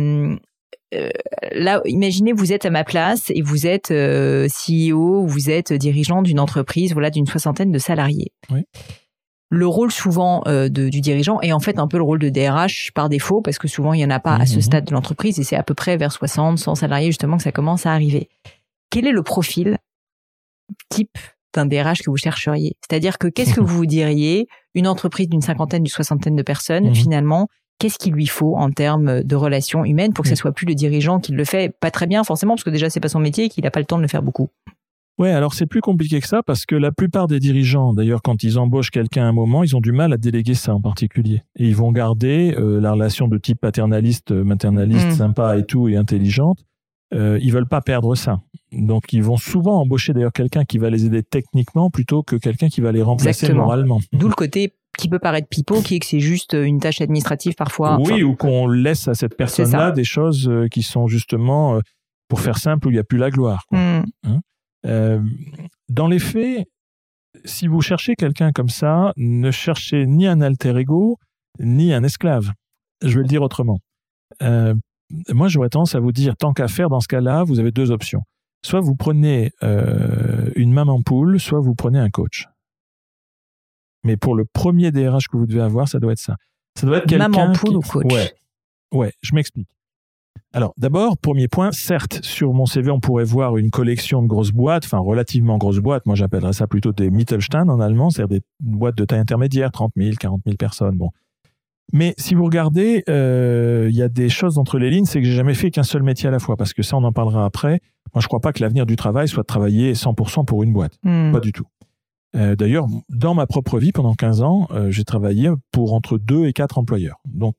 imaginez, vous êtes à ma place et vous êtes CEO, vous êtes dirigeant d'une entreprise, d'une 60aine de salariés. le rôle souvent du dirigeant est en fait un peu le rôle de DRH par défaut, parce que souvent il y en a pas à ce stade de l'entreprise et c'est à peu près vers 60, 100 salariés justement que ça commence à arriver. Quel est le profil type d'un DRH que vous chercheriez? C'est-à-dire que qu'est-ce que vous diriez, une entreprise d'une cinquantaine, d'une soixantaine de personnes, finalement, qu'est-ce qu'il lui faut en termes de relations humaines pour que ça soit plus le dirigeant qui le fait pas très bien forcément, parce que déjà c'est pas son métier et qu'il a pas le temps de le faire beaucoup? Ouais, alors c'est plus compliqué que ça parce que la plupart des dirigeants, d'ailleurs, quand ils embauchent quelqu'un à un moment, ils ont du mal à déléguer ça en particulier. Et ils vont garder la relation de type paternaliste, maternaliste, sympa et tout, et intelligente. Ils veulent pas perdre ça. Donc ils vont souvent embaucher d'ailleurs quelqu'un qui va les aider techniquement plutôt que quelqu'un qui va les remplacer moralement. D'où le côté qui peut paraître pipeau, qui est que c'est juste une tâche administrative parfois. Oui, ou qu'on laisse à cette personne-là des choses qui sont justement, pour faire simple, où il n'y a plus la gloire. Quoi. Dans les faits, si vous cherchez quelqu'un comme ça, ne cherchez ni un alter ego, ni un esclave. Je vais le dire autrement. Moi, j'aurais tendance à vous dire, tant qu'à faire, dans ce cas-là, vous avez deux options. Soit vous prenez une maman poule, soit vous prenez un coach. Mais pour le premier DRH que vous devez avoir, ça doit être ça. Ça doit être quelqu'un maman poule ou coach? Ouais, je m'explique. Alors, d'abord, premier point, certes, sur mon CV, on pourrait voir une collection de grosses boîtes, enfin, relativement grosses boîtes. Moi, j'appellerais ça plutôt des Mittelstand en allemand, c'est-à-dire des boîtes de taille intermédiaire, 30 000, 40 000 personnes. Bon. Mais si vous regardez, il y a des choses entre les lignes, c'est que j'ai jamais fait qu'un seul métier à la fois, parce que ça, on en parlera après. Moi, je crois pas que l'avenir du travail soit de travailler 100% pour une boîte. Pas du tout. D'ailleurs, dans ma propre vie, pendant 15 ans, j'ai travaillé pour entre 2 et 4 employeurs. Donc,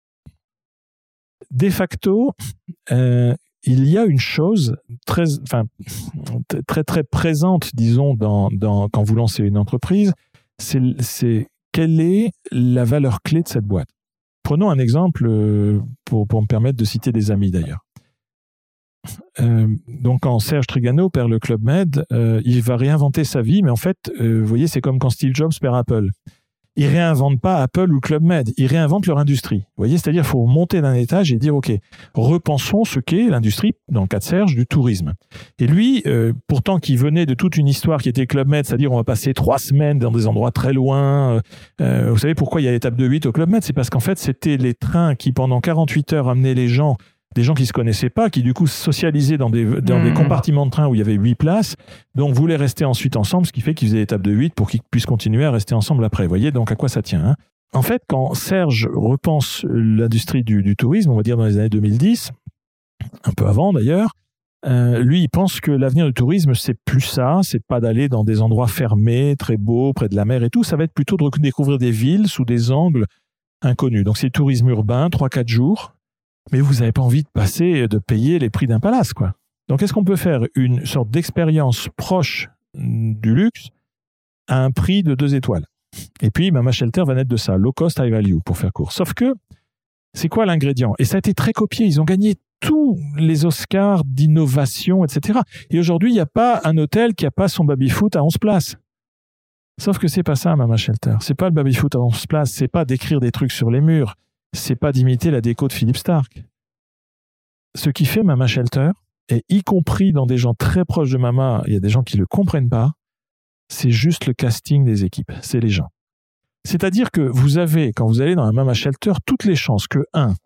de facto, il y a une chose très présente, disons, quand vous lancez une entreprise, c'est quelle est la valeur clé de cette boîte. Prenons un exemple pour me permettre de citer des amis d'ailleurs. Donc quand Serge Trigano perd le Club Med, il va réinventer sa vie, mais en fait, vous voyez, c'est comme quand Steve Jobs perd Apple. Ils réinventent pas Apple ou Club Med, ils réinventent leur industrie. Vous voyez, c'est-à-dire, il faut monter d'un étage et dire, OK, repensons ce qu'est l'industrie, dans le cas de Serge, du tourisme. Et lui, pourtant, qui venait de toute une histoire qui était Club Med, c'est-à-dire, on va passer 3 semaines dans des endroits très loin. Vous savez pourquoi il y a l'étape de 8 au Club Med? C'est parce qu'en fait, c'était les trains qui, pendant 48 heures, amenaient les gens, des gens qui se connaissaient pas, qui du coup socialisaient dans des compartiments de train où il y avait 8 places, donc voulaient rester ensuite ensemble, ce qui fait qu'ils faisaient l'étape de 8 pour qu'ils puissent continuer à rester ensemble après. Vous voyez donc à quoi ça tient, hein. En fait, quand Serge repense l'industrie du tourisme, on va dire dans les années 2010, un peu avant d'ailleurs, lui il pense que l'avenir du tourisme c'est plus ça, c'est pas d'aller dans des endroits fermés, très beaux, près de la mer et tout, ça va être plutôt de découvrir des villes sous des angles inconnus. Donc c'est tourisme urbain, 3-4 jours. Mais vous n'avez pas envie de payer les prix d'un palace, quoi. Donc, est-ce qu'on peut faire une sorte d'expérience proche du luxe à un prix de 2 étoiles? Et puis, Mama Shelter va naître de ça, low cost, high value, pour faire court. Sauf que, c'est quoi l'ingrédient? Et ça a été très copié. Ils ont gagné tous les Oscars d'innovation, etc. Et aujourd'hui, il n'y a pas un hôtel qui n'a pas son baby-foot à 11 places. Sauf que c'est pas ça, Mama Shelter. C'est pas le baby-foot à 11 places. C'est pas d'écrire des trucs sur les murs. C'est pas d'imiter la déco de Philippe Stark. Ce qui fait Mama Shelter, et y compris dans des gens très proches de Mama, il y a des gens qui le comprennent pas, c'est juste le casting des équipes, c'est les gens. C'est-à-dire que vous avez, quand vous allez dans un Mama Shelter, toutes les chances que,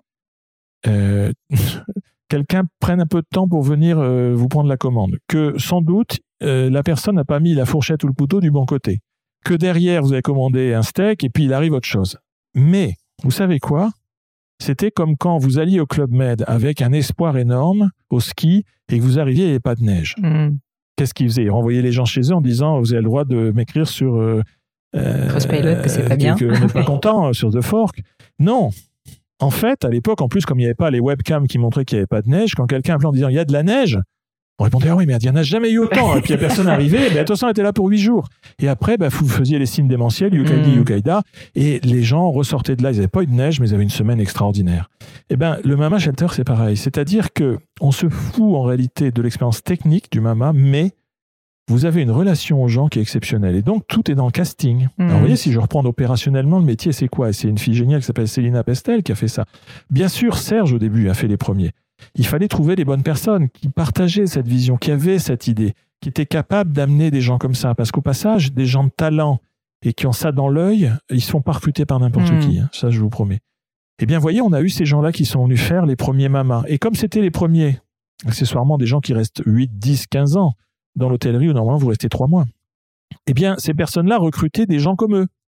quelqu'un prenne un peu de temps pour venir vous prendre la commande, que sans doute, la personne n'a pas mis la fourchette ou le couteau du bon côté, que derrière, vous avez commandé un steak et puis il arrive autre chose. Mais vous savez quoi? C'était comme quand vous alliez au Club Med avec un espoir énorme au ski et que vous arriviez et il n'y avait pas de neige. Qu'est-ce qu'ils faisaient? Ils renvoyaient les gens chez eux en disant vous avez le droit de m'écrire sur Trustpilot que c'est pas bien. Que vous n'êtes pas content sur The Fork. Non. En fait, à l'époque, en plus, comme il n'y avait pas les webcams qui montraient qu'il n'y avait pas de neige, quand quelqu'un appelait en disant il y a de la neige, on répondait ah oui, mais il n'y en a jamais eu autant. Et puis il n'y a personne arrivé. De toute façon, on était là pour 8 jours. Et après, vous faisiez les signes démentiels, Yukaidi, Yukaida, et les gens ressortaient de là. Ils n'avaient pas eu de neige, mais ils avaient une semaine extraordinaire. Et le Mama Shelter, c'est pareil. C'est-à-dire que on se fout en réalité de l'expérience technique du Mama, mais vous avez une relation aux gens qui est exceptionnelle. Et donc, tout est dans le casting. Alors, vous voyez, si je reprends opérationnellement, le métier, c'est quoi? C'est une fille géniale qui s'appelle Célina Pestel qui a fait ça. Bien sûr, Serge, au début, a fait les premiers. Il fallait trouver les bonnes personnes qui partageaient cette vision, qui avaient cette idée, qui étaient capables d'amener des gens comme ça. Parce qu'au passage, des gens de talent et qui ont ça dans l'œil, ils se font pas recruter par n'importe qui, hein, ça je vous promets. Eh bien, voyez, on a eu ces gens-là qui sont venus faire les premiers mamas. Et comme c'était les premiers, accessoirement des gens qui restent 8, 10, 15 ans dans l'hôtellerie où normalement vous restez 3 mois, eh bien, ces personnes-là recrutaient des gens comme eux.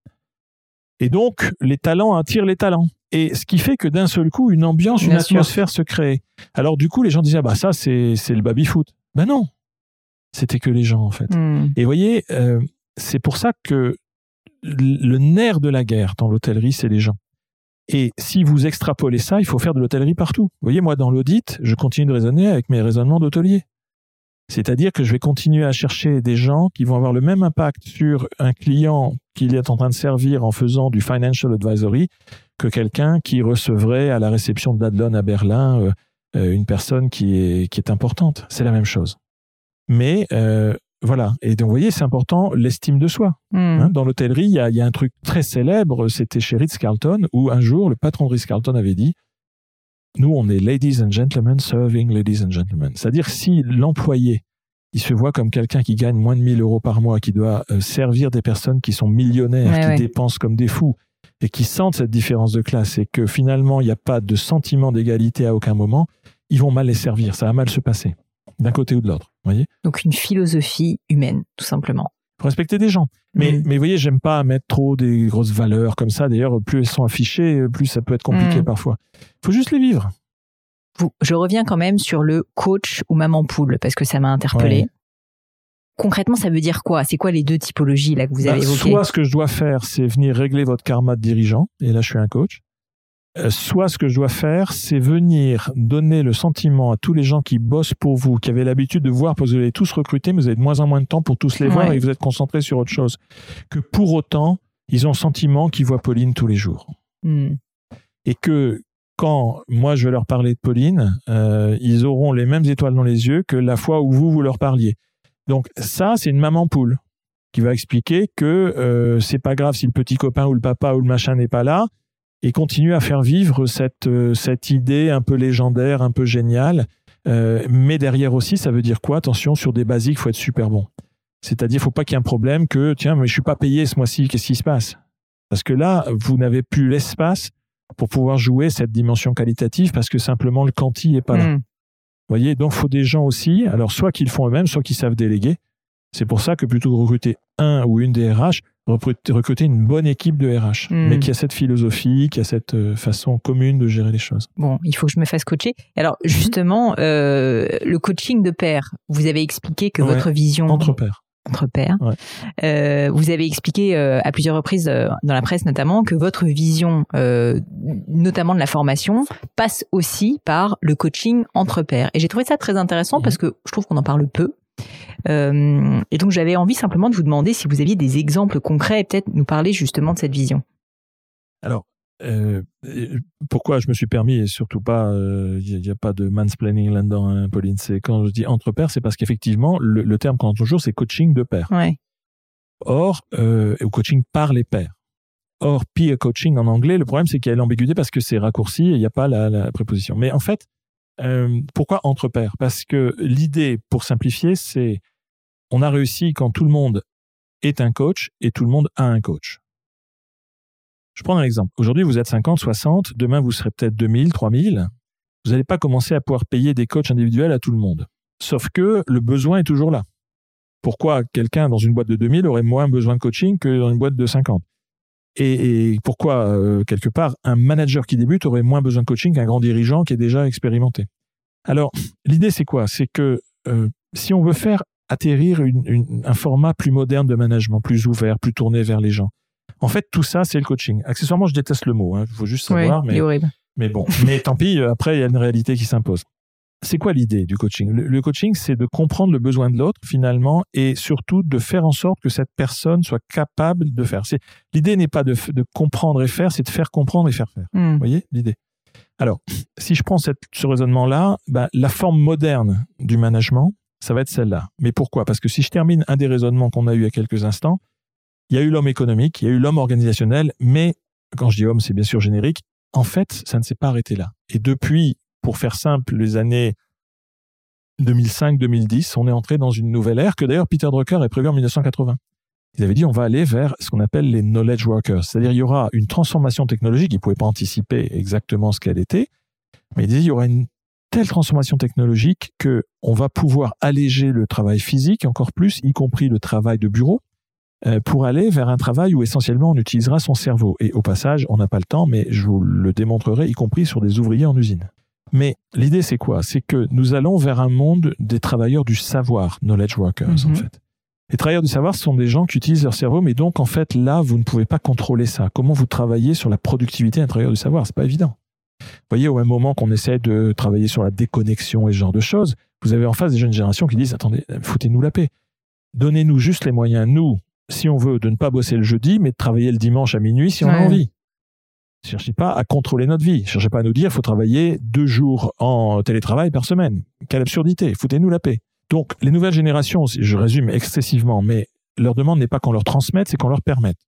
Et donc, les talents attirent les talents. Et ce qui fait que d'un seul coup, une ambiance, une atmosphère se crée. Alors du coup, les gens disaient, ça c'est le baby-foot. Ben non, c'était que les gens en fait. Et vous voyez, c'est pour ça que le nerf de la guerre dans l'hôtellerie, c'est les gens. Et si vous extrapolez ça, il faut faire de l'hôtellerie partout. Vous voyez, moi dans l'audit, je continue de raisonner avec mes raisonnements d'hôtelier. C'est-à-dire que je vais continuer à chercher des gens qui vont avoir le même impact sur un client qu'il est en train de servir en faisant du financial advisory que quelqu'un qui recevrait à la réception de l'Adlon à Berlin une personne qui est importante. C'est la même chose. Mais voilà. Et donc, vous voyez, c'est important l'estime de soi. Hein, dans l'hôtellerie, il y a un truc très célèbre, c'était chez Ritz-Carlton, où un jour, le patron de Ritz-Carlton avait dit « Nous, on est ladies and gentlemen serving ladies and gentlemen ». C'est-à-dire si l'employé, il se voit comme quelqu'un qui gagne moins de 1 000 euros par mois, qui doit servir des personnes qui sont millionnaires, qui dépensent comme des fous, et qui sentent cette différence de classe, et que finalement, il n'y a pas de sentiment d'égalité à aucun moment, ils vont mal les servir, ça va mal se passer, d'un côté ou de l'autre. Voyez ? Donc une philosophie humaine, tout simplement. Il faut respecter des gens. Mais vous voyez, j'aime pas mettre trop des grosses valeurs comme ça. D'ailleurs, plus elles sont affichées, plus ça peut être compliqué parfois. Il faut juste les vivre. Je reviens quand même sur le coach ou maman poule, parce que ça m'a interpellée. Ouais. Concrètement, ça veut dire quoi ? C'est quoi les 2 typologies là que vous avez évoquées ? Soit ce que je dois faire, c'est venir régler votre karma de dirigeant, et là je suis un coach. Soit ce que je dois faire, c'est venir donner le sentiment à tous les gens qui bossent pour vous, qui avaient l'habitude de voir, parce que vous allez tous recruter, mais vous avez de moins en moins de temps pour tous les voir, et vous êtes concentrés sur autre chose. Que pour autant, ils ont le sentiment qu'ils voient Pauline tous les jours. Et que quand moi je vais leur parler de Pauline, ils auront les mêmes étoiles dans les yeux que la fois où vous leur parliez. Donc ça, c'est une maman poule qui va expliquer que c'est pas grave si le petit copain ou le papa ou le machin n'est pas là, et continue à faire vivre cette idée un peu légendaire, un peu géniale. Mais derrière aussi, ça veut dire quoi ? Attention, sur des basiques, il faut être super bon. C'est-à-dire, il ne faut pas qu'il y ait un problème que, tiens, mais je ne suis pas payé ce mois-ci, qu'est-ce qui se passe ? Parce que là, vous n'avez plus l'espace pour pouvoir jouer cette dimension qualitative parce que simplement le quanti n'est pas là. Vous voyez, donc il faut des gens aussi, alors soit qu'ils le font eux-mêmes, soit qu'ils savent déléguer. C'est pour ça que plutôt que de recruter un ou une des RH, recruter une bonne équipe de RH, mais qui a cette philosophie, qui a cette façon commune de gérer les choses. Bon, il faut que je me fasse coacher. Alors justement, le coaching de pair, vous avez expliqué que votre vision... Entre pairs. Entre pairs. Ouais. Vous avez expliqué à plusieurs reprises dans la presse notamment que votre vision, notamment de la formation, passe aussi par le coaching entre pairs. Et j'ai trouvé ça très intéressant parce que je trouve qu'on en parle peu. Et donc j'avais envie simplement de vous demander si vous aviez des exemples concrets et peut-être nous parler justement de cette vision. Alors, pourquoi je me suis permis, et surtout pas, il n'y a pas de mansplaining là-dedans, hein, Pauline, c'est quand je dis entre pairs, c'est parce qu'effectivement, le terme qu'on entend toujours, c'est coaching de pairs. Ouais. Or, ou coaching par les pairs. Or, peer coaching en anglais, le problème, c'est qu'il y a l'ambiguïté parce que c'est raccourci et il n'y a pas la préposition. Mais en fait, pourquoi entre pairs ? Parce que l'idée, pour simplifier, c'est on a réussi quand tout le monde est un coach et tout le monde a un coach. Je prends un exemple. Aujourd'hui, vous êtes 50, 60. Demain, vous serez peut-être 2000, 3000. Vous n'allez pas commencer à pouvoir payer des coachs individuels à tout le monde. Sauf que le besoin est toujours là. Pourquoi quelqu'un dans une boîte de 2000 aurait moins besoin de coaching que dans une boîte de 50 ? Et pourquoi, quelque part, un manager qui débute aurait moins besoin de coaching qu'un grand dirigeant qui est déjà expérimenté ? Alors, l'idée, c'est quoi ? C'est que si on veut faire atterrir un format plus moderne de management, plus ouvert, plus tourné vers les gens, en fait, tout ça, c'est le coaching. Accessoirement, je déteste le mot, il faut juste savoir. Oui, horrible. Mais bon, mais tant pis, après, il y a une réalité qui s'impose. C'est quoi l'idée du coaching ? Le coaching, c'est de comprendre le besoin de l'autre, finalement, et surtout de faire en sorte que cette personne soit capable de faire. L'idée n'est pas de comprendre et faire, c'est de faire comprendre et faire faire. Vous voyez l'idée ? Alors, si je prends ce raisonnement-là, la forme moderne du management, ça va être celle-là. Mais pourquoi ? Parce que si je termine un des raisonnements qu'on a eu il y a quelques instants, il y a eu l'homme économique, il y a eu l'homme organisationnel, mais quand je dis homme, c'est bien sûr générique. En fait, ça ne s'est pas arrêté là. Et depuis, pour faire simple, les années 2005-2010, on est entré dans une nouvelle ère que d'ailleurs Peter Drucker a prévu en 1980. Ils avaient dit on va aller vers ce qu'on appelle les knowledge workers. C'est-à-dire il y aura une transformation technologique, ils ne pouvaient pas anticiper exactement ce qu'elle était, mais ils disaient il y aura une telle transformation technologique qu'on va pouvoir alléger le travail physique encore plus, y compris le travail de bureau, pour aller vers un travail où essentiellement on utilisera son cerveau. Et au passage, on n'a pas le temps, mais je vous le démontrerai, y compris sur des ouvriers en usine. Mais l'idée c'est quoi ? C'est que nous allons vers un monde des travailleurs du savoir, knowledge workers en fait. Les travailleurs du savoir, ce sont des gens qui utilisent leur cerveau, mais donc, en fait, là, vous ne pouvez pas contrôler ça. Comment vous travaillez sur la productivité d'un travailleur du savoir ? C'est pas évident. Vous voyez, au même moment qu'on essaie de travailler sur la déconnexion et ce genre de choses, vous avez en face des jeunes générations qui disent « Attendez, foutez-nous la paix. Donnez-nous juste les moyens, nous, si on veut, de ne pas bosser le jeudi, mais de travailler le dimanche à minuit si on a envie. » Ne cherchez pas à contrôler notre vie. Ne cherchez pas à nous dire « Il faut travailler 2 jours en télétravail par semaine. » Quelle absurdité. Foutez-nous la paix. Donc, les nouvelles générations, je résume excessivement, mais leur demande n'est pas qu'on leur transmette, c'est qu'on leur permette.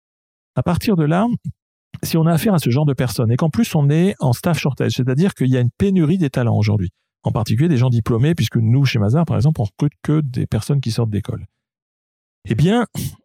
À partir de là, si on a affaire à ce genre de personnes, et qu'en plus on est en staff shortage, c'est-à-dire qu'il y a une pénurie des talents aujourd'hui, en particulier des gens diplômés, puisque nous, chez Mazars, par exemple, on recrute que des personnes qui sortent d'école. Eh bien,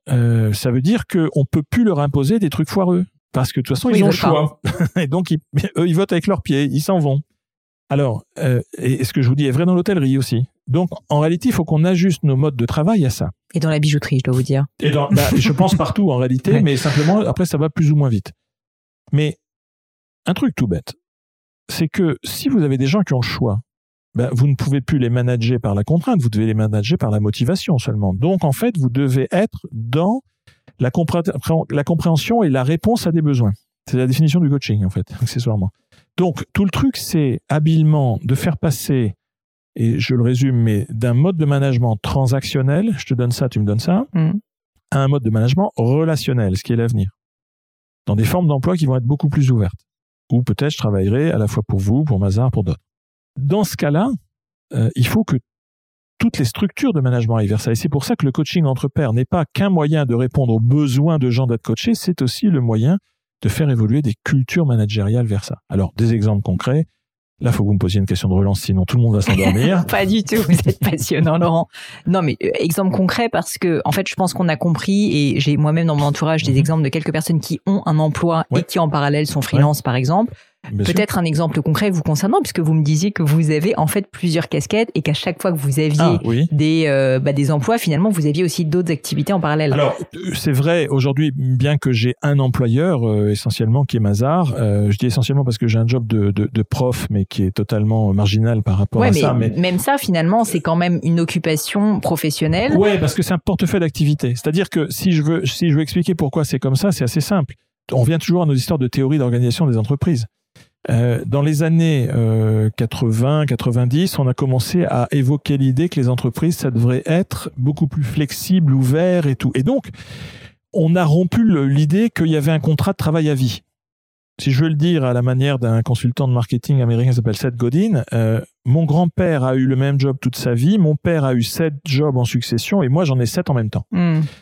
ça veut dire qu'on ne peut plus leur imposer des trucs foireux, parce que de toute façon, ils ont le choix. Et donc, eux, ils votent avec leurs pieds, ils s'en vont. Alors, et ce que je vous dis est vrai dans l'hôtellerie aussi. Donc, en réalité, il faut qu'on ajuste nos modes de travail à ça. Et dans la bijouterie, je dois vous dire. Et je pense partout, en réalité, ouais. Mais simplement, après, ça va plus ou moins vite. Mais un truc tout bête, c'est que si vous avez des gens qui ont le choix, vous ne pouvez plus les manager par la contrainte, vous devez les manager par la motivation seulement. Donc, en fait, vous devez être dans la compréhension et la réponse à des besoins. C'est la définition du coaching, en fait, accessoirement. Donc, tout le truc, c'est habilement de faire passer, et je le résume, mais d'un mode de management transactionnel, je te donne ça, tu me donnes ça, à un mode de management relationnel, ce qui est l'avenir. Dans des formes d'emploi qui vont être beaucoup plus ouvertes. Ou peut-être je travaillerai à la fois pour vous, pour Mazars, pour d'autres. Dans ce cas-là, il faut que toutes les structures de management aillent vers ça. Et c'est pour ça que le coaching entre pairs n'est pas qu'un moyen de répondre aux besoins de gens d'être coachés, c'est aussi le moyen de faire évoluer des cultures managériales vers ça. Alors, des exemples concrets. Là, il faut que vous me posiez une question de relance, sinon tout le monde va s'endormir. Pas du tout, vous êtes passionnant, Laurent. Non, mais exemple concret, parce que, en fait, je pense qu'on a compris, et j'ai moi-même dans mon entourage des exemples de quelques personnes qui ont un emploi et qui, en parallèle, sont freelance, par exemple. Peut-être un exemple concret vous concernant, puisque vous me disiez que vous avez en fait plusieurs casquettes et qu'à chaque fois que vous aviez des emplois, finalement, vous aviez aussi d'autres activités en parallèle. Alors, c'est vrai, aujourd'hui, bien que j'ai un employeur, essentiellement, qui est Mazars, je dis essentiellement parce que j'ai un job de prof, mais qui est totalement marginal par rapport à ça. Mais même ça, finalement, c'est quand même une occupation professionnelle. Ouais, parce que c'est un portefeuille d'activités. C'est-à-dire que si je veux expliquer pourquoi c'est comme ça, c'est assez simple. On revient toujours à nos histoires de théorie d'organisation des entreprises. Dans les années 80-90, on a commencé à évoquer l'idée que les entreprises, ça devrait être beaucoup plus flexible, ouvert et tout. Et donc, on a rompu l'idée qu'il y avait un contrat de travail à vie. Si je veux le dire à la manière d'un consultant de marketing américain qui s'appelle Seth Godin, mon grand-père a eu le même job toute sa vie, mon père a eu 7 jobs en succession et moi, j'en ai 7 en même temps.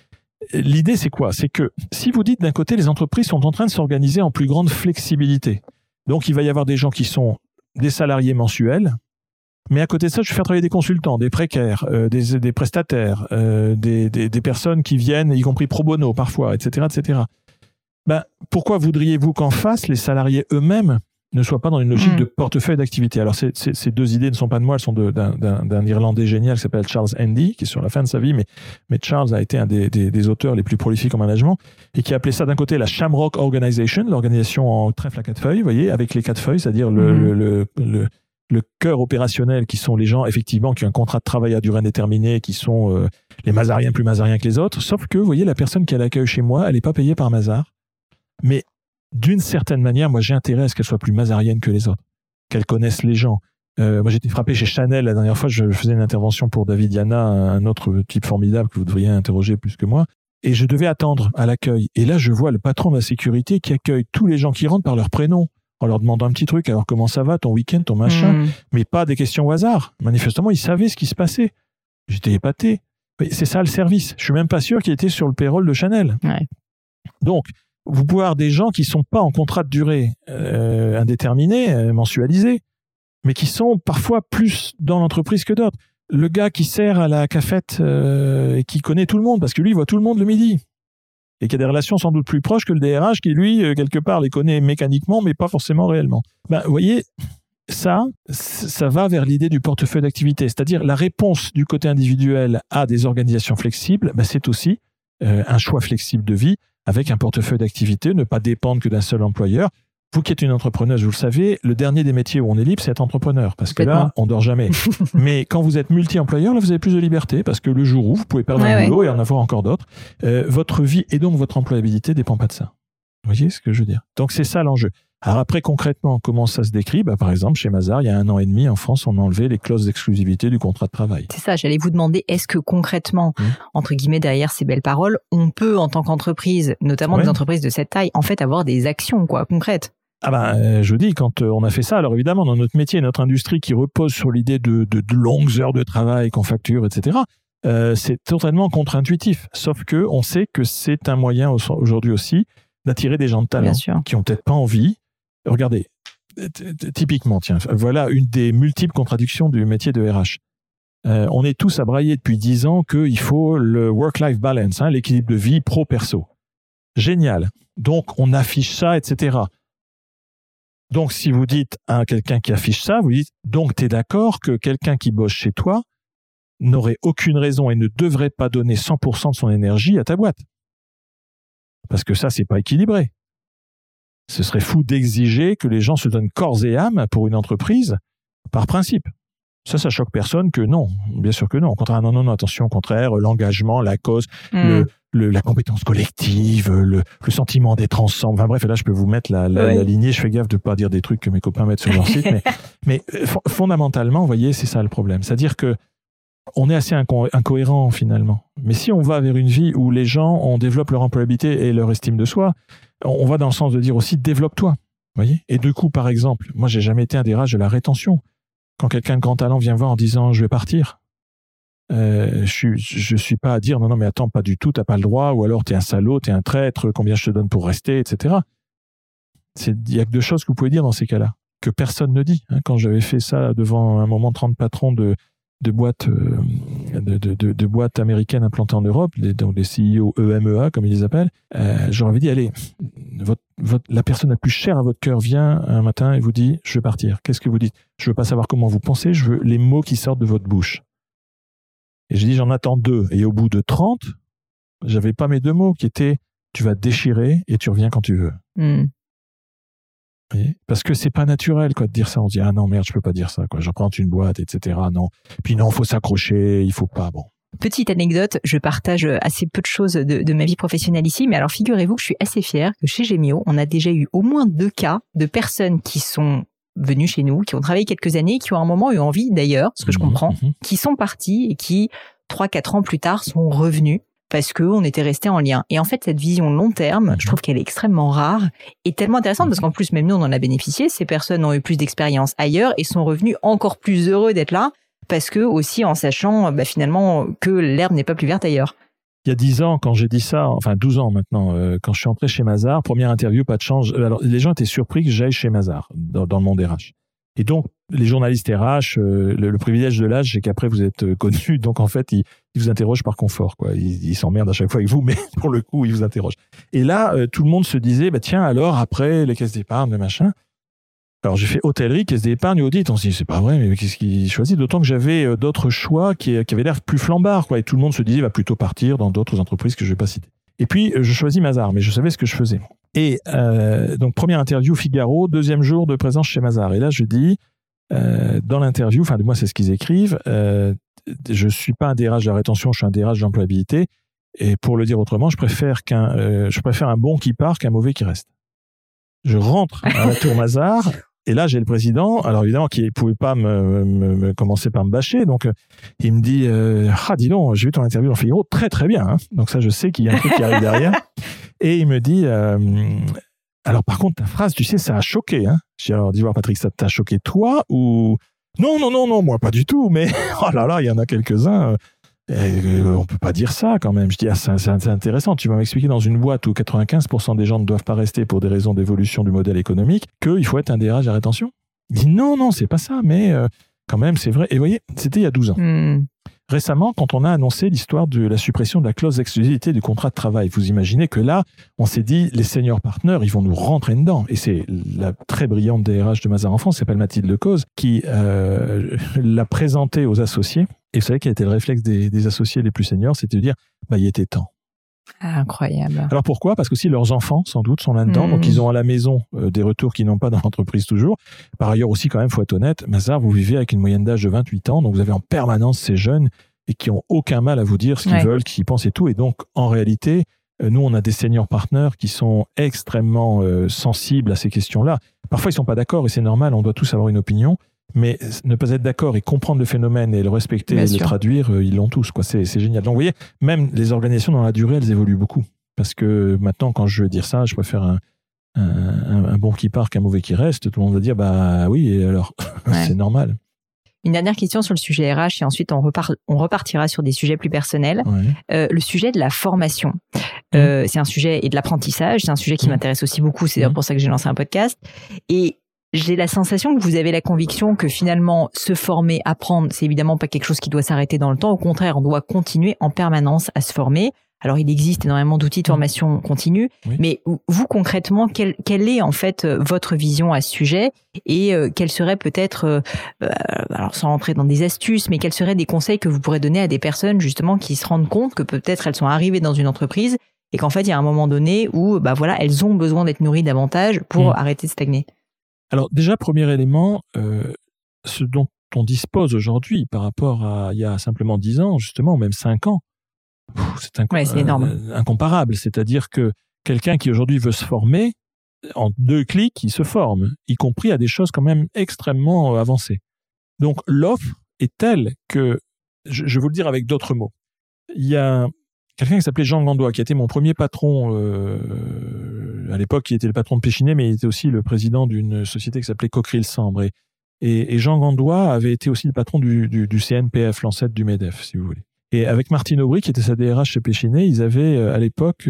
L'idée, c'est quoi ? C'est que si vous dites d'un côté, les entreprises sont en train de s'organiser en plus grande flexibilité. Donc, il va y avoir des gens qui sont des salariés mensuels, mais à côté de ça, je vais faire travailler des consultants, des précaires, des prestataires, des personnes qui viennent, y compris pro bono parfois, etc., etc. Pourquoi voudriez-vous qu'en face, les salariés eux-mêmes ne soient pas dans une logique de portefeuille d'activité ? Alors, ces deux idées ne sont pas de moi, elles sont d'un Irlandais génial qui s'appelle Charles Handy, qui est sur la fin de sa vie, mais Charles a été un des auteurs les plus prolifiques en management, et qui a appelé ça d'un côté la Shamrock Organization, l'organisation en trèfle à 4 feuilles, vous voyez, avec les 4 feuilles, c'est-à-dire le cœur opérationnel, qui sont les gens, effectivement, qui ont un contrat de travail à durée indéterminée, qui sont les Mazariens plus Mazariens que les autres, sauf que, vous voyez, la personne qui a l'accueil chez moi, elle n'est pas payée par Mazars, mais d'une certaine manière, moi, j'ai intérêt à ce qu'elle soit plus mazarienne que les autres, qu'elle connaisse les gens. Moi, j'ai été frappé chez Chanel la dernière fois, je faisais une intervention pour David Yana, un autre type formidable que vous devriez interroger plus que moi, et je devais attendre à l'accueil. Et là, je vois le patron de la sécurité qui accueille tous les gens qui rentrent par leur prénom, en leur demandant un petit truc, alors comment ça va, ton week-end, ton machin, mais pas des questions au hasard. Manifestement, il savait ce qui se passait. J'étais épaté. C'est ça le service. Je suis même pas sûr qu'il était sur le payroll de Chanel. Ouais. Donc, vous pouvez avoir des gens qui sont pas en contrat de durée indéterminé, mensualisé, mais qui sont parfois plus dans l'entreprise que d'autres. le gars qui sert à la cafette et qui connaît tout le monde, parce que lui, il voit tout le monde le midi. Et qui a des relations sans doute plus proches que le DRH qui, lui, quelque part, les connaît mécaniquement, mais pas forcément réellement. Vous voyez, ça va vers l'idée du portefeuille d'activité. C'est-à-dire la réponse du côté individuel à des organisations flexibles, c'est aussi un choix flexible de vie avec un portefeuille d'activité, ne pas dépendre que d'un seul employeur. Vous qui êtes une entrepreneuse, vous le savez, le dernier des métiers où on est libre, c'est être entrepreneur. Parce que là, on dort jamais. Mais quand vous êtes multi-employeur, là, vous avez plus de liberté. Parce que le jour où vous pouvez perdre un boulot et en avoir encore d'autres, votre vie et donc votre employabilité ne dépend pas de ça. Vous voyez ce que je veux dire? Donc, c'est ça l'enjeu. Alors après, concrètement, comment ça se décrit? Par exemple, chez Mazars, il y a 1 an et demi, en France, on a enlevé les clauses d'exclusivité du contrat de travail. C'est ça, j'allais vous demander, est-ce que concrètement, entre guillemets, derrière ces belles paroles, on peut, en tant qu'entreprise, notamment des entreprises de cette taille, en fait, avoir des actions concrètes? Je vous dis, quand on a fait ça, alors évidemment, dans notre métier, notre industrie qui repose sur l'idée de longues heures de travail qu'on facture, etc., c'est totalement contre-intuitif. Sauf que on sait que c'est un moyen aujourd'hui aussi d'attirer des gens de talent qui ont peut-être pas envie. Regardez, typiquement, tiens, voilà une des multiples contradictions du métier de RH. On est tous à brailler depuis 10 ans qu'il faut le work-life balance, l'équilibre de vie pro-perso. Génial. Donc, on affiche ça, etc. Donc, si vous dites à quelqu'un qui affiche ça, vous dites, donc tu es d'accord que quelqu'un qui bosse chez toi n'aurait aucune raison et ne devrait pas donner 100% de son énergie à ta boîte. Parce que ça, c'est pas équilibré. Ce serait fou d'exiger que les gens se donnent corps et âme pour une entreprise par principe. Ça choque personne que non. Bien sûr que non. Au contraire, non, attention, au contraire, l'engagement, la cause, la compétence collective, le sentiment d'être ensemble. Enfin bref, là, je peux vous mettre la lignée. Je fais gaffe de pas dire des trucs que mes copains mettent sur leur site. mais fondamentalement, vous voyez, c'est ça le problème. C'est-à-dire que on est assez incohérent finalement. Mais si on va vers une vie où les gens, on développe leur employabilité et leur estime de soi, on va dans le sens de dire aussi développe-toi. Voyez. Et du coup, par exemple, moi, j'ai jamais été un DRH de la rétention. Quand quelqu'un de grand talent vient voir en disant je vais partir, je suis pas à dire non mais attends, pas du tout, t'as pas le droit, ou alors t'es un salaud, t'es un traître, combien je te donne pour rester, etc. Il y a que 2 choses que vous pouvez dire dans ces cas-là que personne ne dit. Quand j'avais fait ça devant un moment 30 patrons de boîtes américaines implantées en Europe, donc des CEO EMEA comme ils les appellent, j'aurais dit allez, la personne la plus chère à votre cœur vient un matin et vous dit je veux partir. Qu'est-ce que vous dites? Je veux pas savoir comment vous pensez, je veux les mots qui sortent de votre bouche. Et j'ai dit j'en attends 2. Et au bout de 30, j'avais pas mes 2 mots qui étaient tu vas te déchirer et tu reviens quand tu veux. Parce que c'est pas naturel de dire ça. On se dit ah non merde, je peux pas dire ça, je reprends une boîte, etc. Non. Puis non, faut s'accrocher, il faut pas. Bon. Petite anecdote, je partage assez peu de choses de ma vie professionnelle ici, mais alors figurez-vous que je suis assez fière que chez Gemio, on a déjà eu au moins 2 cas de personnes qui sont venues chez nous, qui ont travaillé quelques années, qui ont à un moment eu envie d'ailleurs, ce que je comprends, qui sont partis et qui 3-4 ans plus tard sont revenus parce qu'on était restés en lien. Et en fait, cette vision long terme, je trouve qu'elle est extrêmement rare et tellement intéressante parce qu'en plus, même nous, on en a bénéficié. Ces personnes ont eu plus d'expérience ailleurs et sont revenus encore plus heureux d'être là parce que aussi en sachant finalement que l'herbe n'est pas plus verte ailleurs. Il y a 10 ans, quand j'ai dit ça, enfin 12 ans maintenant, quand je suis entré chez Mazars, première interview, pas de change. Alors, les gens étaient surpris que j'aille chez Mazars, dans le monde RH. Et donc, les journalistes RH, le privilège de l'âge, c'est qu'après, vous êtes connus. Donc, en fait, ils vous interrogent par confort, Ils s'emmerdent à chaque fois avec vous, mais pour le coup, ils vous interrogent. Et là, tout le monde se disait, tiens, alors, après, les caisses d'épargne, le machin. Alors, j'ai fait hôtellerie, caisse d'épargne, audit. On s'est dit, c'est pas vrai, mais qu'est-ce qu'il choisit? D'autant que j'avais d'autres choix qui avaient l'air plus flambards, Et tout le monde se disait, va plutôt partir dans d'autres entreprises que je vais pas citer. Et puis, je choisis Mazars, mais je savais ce que je faisais. Et donc, première interview Figaro, 2e jour de présence chez Mazars. Et là, je dis, dans l'interview, enfin, moi, c'est ce qu'ils écrivent, je suis pas un DRH de la rétention, je suis un DRH de l'employabilité. Et pour le dire autrement, je préfère un bon qui part qu'un mauvais qui reste. Je rentre à la tour Mazars. Et là, j'ai le président, alors évidemment, qui ne pouvait pas me commencer par me bâcher. Donc, il me dit, dis donc, j'ai vu ton interview dans Figaro, très très bien. Donc ça, je sais qu'il y a un truc qui arrive derrière. Et il me dit, alors par contre, ta phrase, tu sais, ça a choqué. Je dis, alors, dis voir Patrick, ça t'a choqué toi ou... Non, moi pas du tout. Mais, oh là là, il y en a quelques-uns... on peut pas dire ça quand même. Je dis, c'est intéressant. Tu vas m'expliquer dans une boîte où 95% des gens ne doivent pas rester pour des raisons d'évolution du modèle économique qu'il faut être un DRH à rétention. Il dit, non, c'est pas ça. Mais quand même, c'est vrai. Et vous voyez, c'était il y a 12 ans. Récemment, quand on a annoncé l'histoire de la suppression de la clause d'exclusivité du contrat de travail, vous imaginez que là, on s'est dit, les senior partners, ils vont nous rentrer dedans. Et c'est la très brillante DRH de Mazars en France, qui s'appelle Mathilde Lecause, qui l'a présenté aux associés. Et vous savez quel était le réflexe des associés les plus seniors, c'était de dire, il était temps. Ah, incroyable. Alors pourquoi ? Parce que aussi leurs enfants, sans doute, sont là-dedans. Donc ils ont à la maison des retours qu'ils n'ont pas dans l'entreprise toujours. Par ailleurs aussi, quand même, faut être honnête, Mazars, vous vivez avec une moyenne d'âge de 28 ans. Donc vous avez en permanence ces jeunes et qui ont aucun mal à vous dire ce qu'ils veulent, ce qu'ils pensent et tout. Et donc, en réalité, nous, on a des senior partners qui sont extrêmement sensibles à ces questions-là. Parfois, ils sont pas d'accord et c'est normal, on doit tous avoir une opinion. Mais ne pas être d'accord et comprendre le phénomène et le respecter et le traduire, ils l'ont tous, quoi. C'est génial. Donc, vous voyez, même les organisations dans la durée, elles évoluent beaucoup. Parce que maintenant, quand je veux dire ça, je préfère un bon qui part qu'un mauvais qui reste. Tout le monde va dire, oui, et alors, c'est normal. Une dernière question sur le sujet RH et ensuite on repartira sur des sujets plus personnels. Le sujet de la formation. C'est un sujet et de l'apprentissage. C'est un sujet qui m'intéresse aussi beaucoup. C'est d'ailleurs pour ça que j'ai lancé un podcast. Et j'ai la sensation que vous avez la conviction que finalement, se former, apprendre, c'est évidemment pas quelque chose qui doit s'arrêter dans le temps. Au contraire, on doit continuer en permanence à se former. Alors, il existe énormément d'outils de formation continue, mais vous, concrètement, quelle est en fait votre vision à ce sujet et quelles seraient peut-être, alors sans rentrer dans des astuces, mais quels seraient des conseils que vous pourrez donner à des personnes justement qui se rendent compte que peut-être elles sont arrivées dans une entreprise et qu'en fait, il y a un moment donné où elles ont besoin d'être nourries davantage pour arrêter de stagner. Alors déjà, premier élément, ce dont on dispose aujourd'hui par rapport à il y a simplement 10 ans, justement, même 5 ans, c'est énorme. Incomparable. C'est-à-dire que quelqu'un qui aujourd'hui veut se former, en 2 clics, il se forme, y compris à des choses quand même extrêmement avancées. Donc l'offre est telle que, je vais vous le dire avec d'autres mots, il y a quelqu'un qui s'appelait Jean Gandois, qui était mon premier patron à l'époque, qui était le patron de Péchinet, mais il était aussi le président d'une société qui s'appelait Cockerill Sambre. Et Jean Gandois avait été aussi le patron du CNPF, l'ancêtre du MEDEF, si vous voulez. Et avec Martine Aubry, qui était sa DRH chez Péchinet, ils avaient à l'époque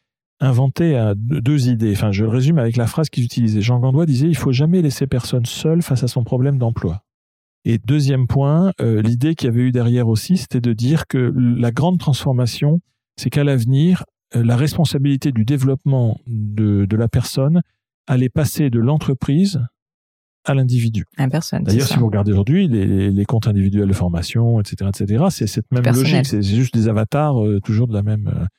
inventé 2 idées. Enfin, je le résume avec la phrase qu'ils utilisaient. Jean Gandois disait « Il ne faut jamais laisser personne seul face à son problème d'emploi ». Et deuxième point, l'idée qu'il y avait eu derrière aussi, c'était de dire que la grande transformation, c'est qu'à l'avenir, la responsabilité du développement de la personne allait passer de l'entreprise à l'individu. À personne. D'ailleurs, si vous regardez aujourd'hui, les comptes individuels de formation, etc., c'est cette même logique. C'est juste des avatars, toujours de la même.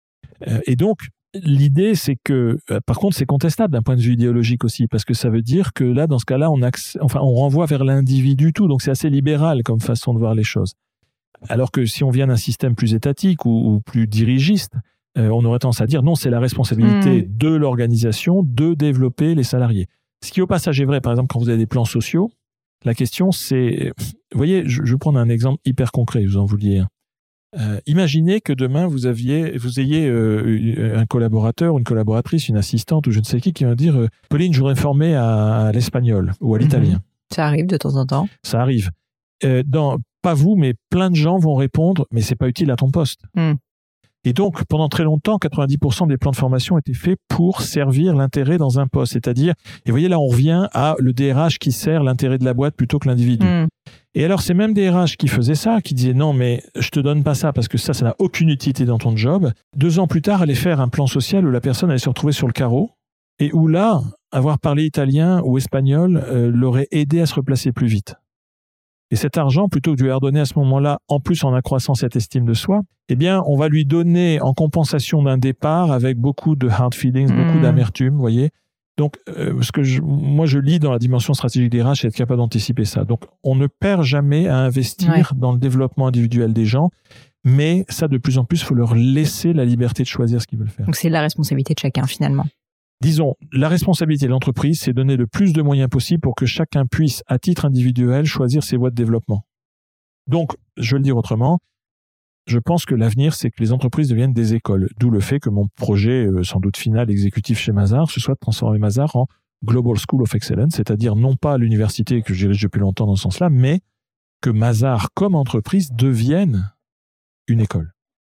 Et donc, l'idée, c'est que, par contre, c'est contestable d'un point de vue idéologique aussi, parce que ça veut dire que là, dans ce cas-là, on renvoie vers l'individu tout. Donc, c'est assez libéral comme façon de voir les choses. Alors que si on vient d'un système plus étatique ou plus dirigiste, on aurait tendance à dire non, c'est la responsabilité de l'organisation de développer les salariés. Ce qui au passage est vrai, par exemple, quand vous avez des plans sociaux, la question c'est, vous voyez, je vais prendre un exemple hyper concret, vous en vouliez un. Imaginez que demain vous ayez un collaborateur, une collaboratrice, une assistante ou je ne sais qui va dire Pauline, je voudrais me former à l'espagnol ou à l'italien. Ça arrive de temps en temps. Ça arrive. Pas vous, mais plein de gens vont répondre mais c'est pas utile à ton poste. Et donc, pendant très longtemps, 90% des plans de formation étaient faits pour servir l'intérêt dans un poste. C'est-à-dire, et vous voyez, là, on revient à le DRH qui sert l'intérêt de la boîte plutôt que l'individu. Et alors, c'est même DRH qui faisaient ça, qui disaient non, mais je te donne pas ça parce que ça n'a aucune utilité dans ton job. 2 ans plus tard, aller faire un plan social où la personne allait se retrouver sur le carreau et où là, avoir parlé italien ou espagnol l'aurait aidé à se replacer plus vite. Et cet argent, plutôt que de lui redonner à ce moment-là, en plus en accroissant cette estime de soi, eh bien, on va lui donner en compensation d'un départ avec beaucoup de hard feelings, beaucoup d'amertume, vous voyez. Donc, moi, je lis dans la dimension stratégique des RH, être capable d'anticiper ça. Donc, on ne perd jamais à investir dans le développement individuel des gens, mais ça, de plus en plus, il faut leur laisser la liberté de choisir ce qu'ils veulent faire. Donc, c'est la responsabilité de chacun, finalement. Disons, la responsabilité de l'entreprise, c'est donner le plus de moyens possible pour que chacun puisse, à titre individuel, choisir ses voies de développement. Donc, je vais le dire autrement, je pense que l'avenir, c'est que les entreprises deviennent des écoles. D'où le fait que mon projet, sans doute final, exécutif chez Mazars, ce soit de transformer Mazars en Global School of Excellence, c'est-à-dire non pas l'université que je dirige depuis longtemps dans ce sens-là, mais que Mazars, comme entreprise, devienne une école.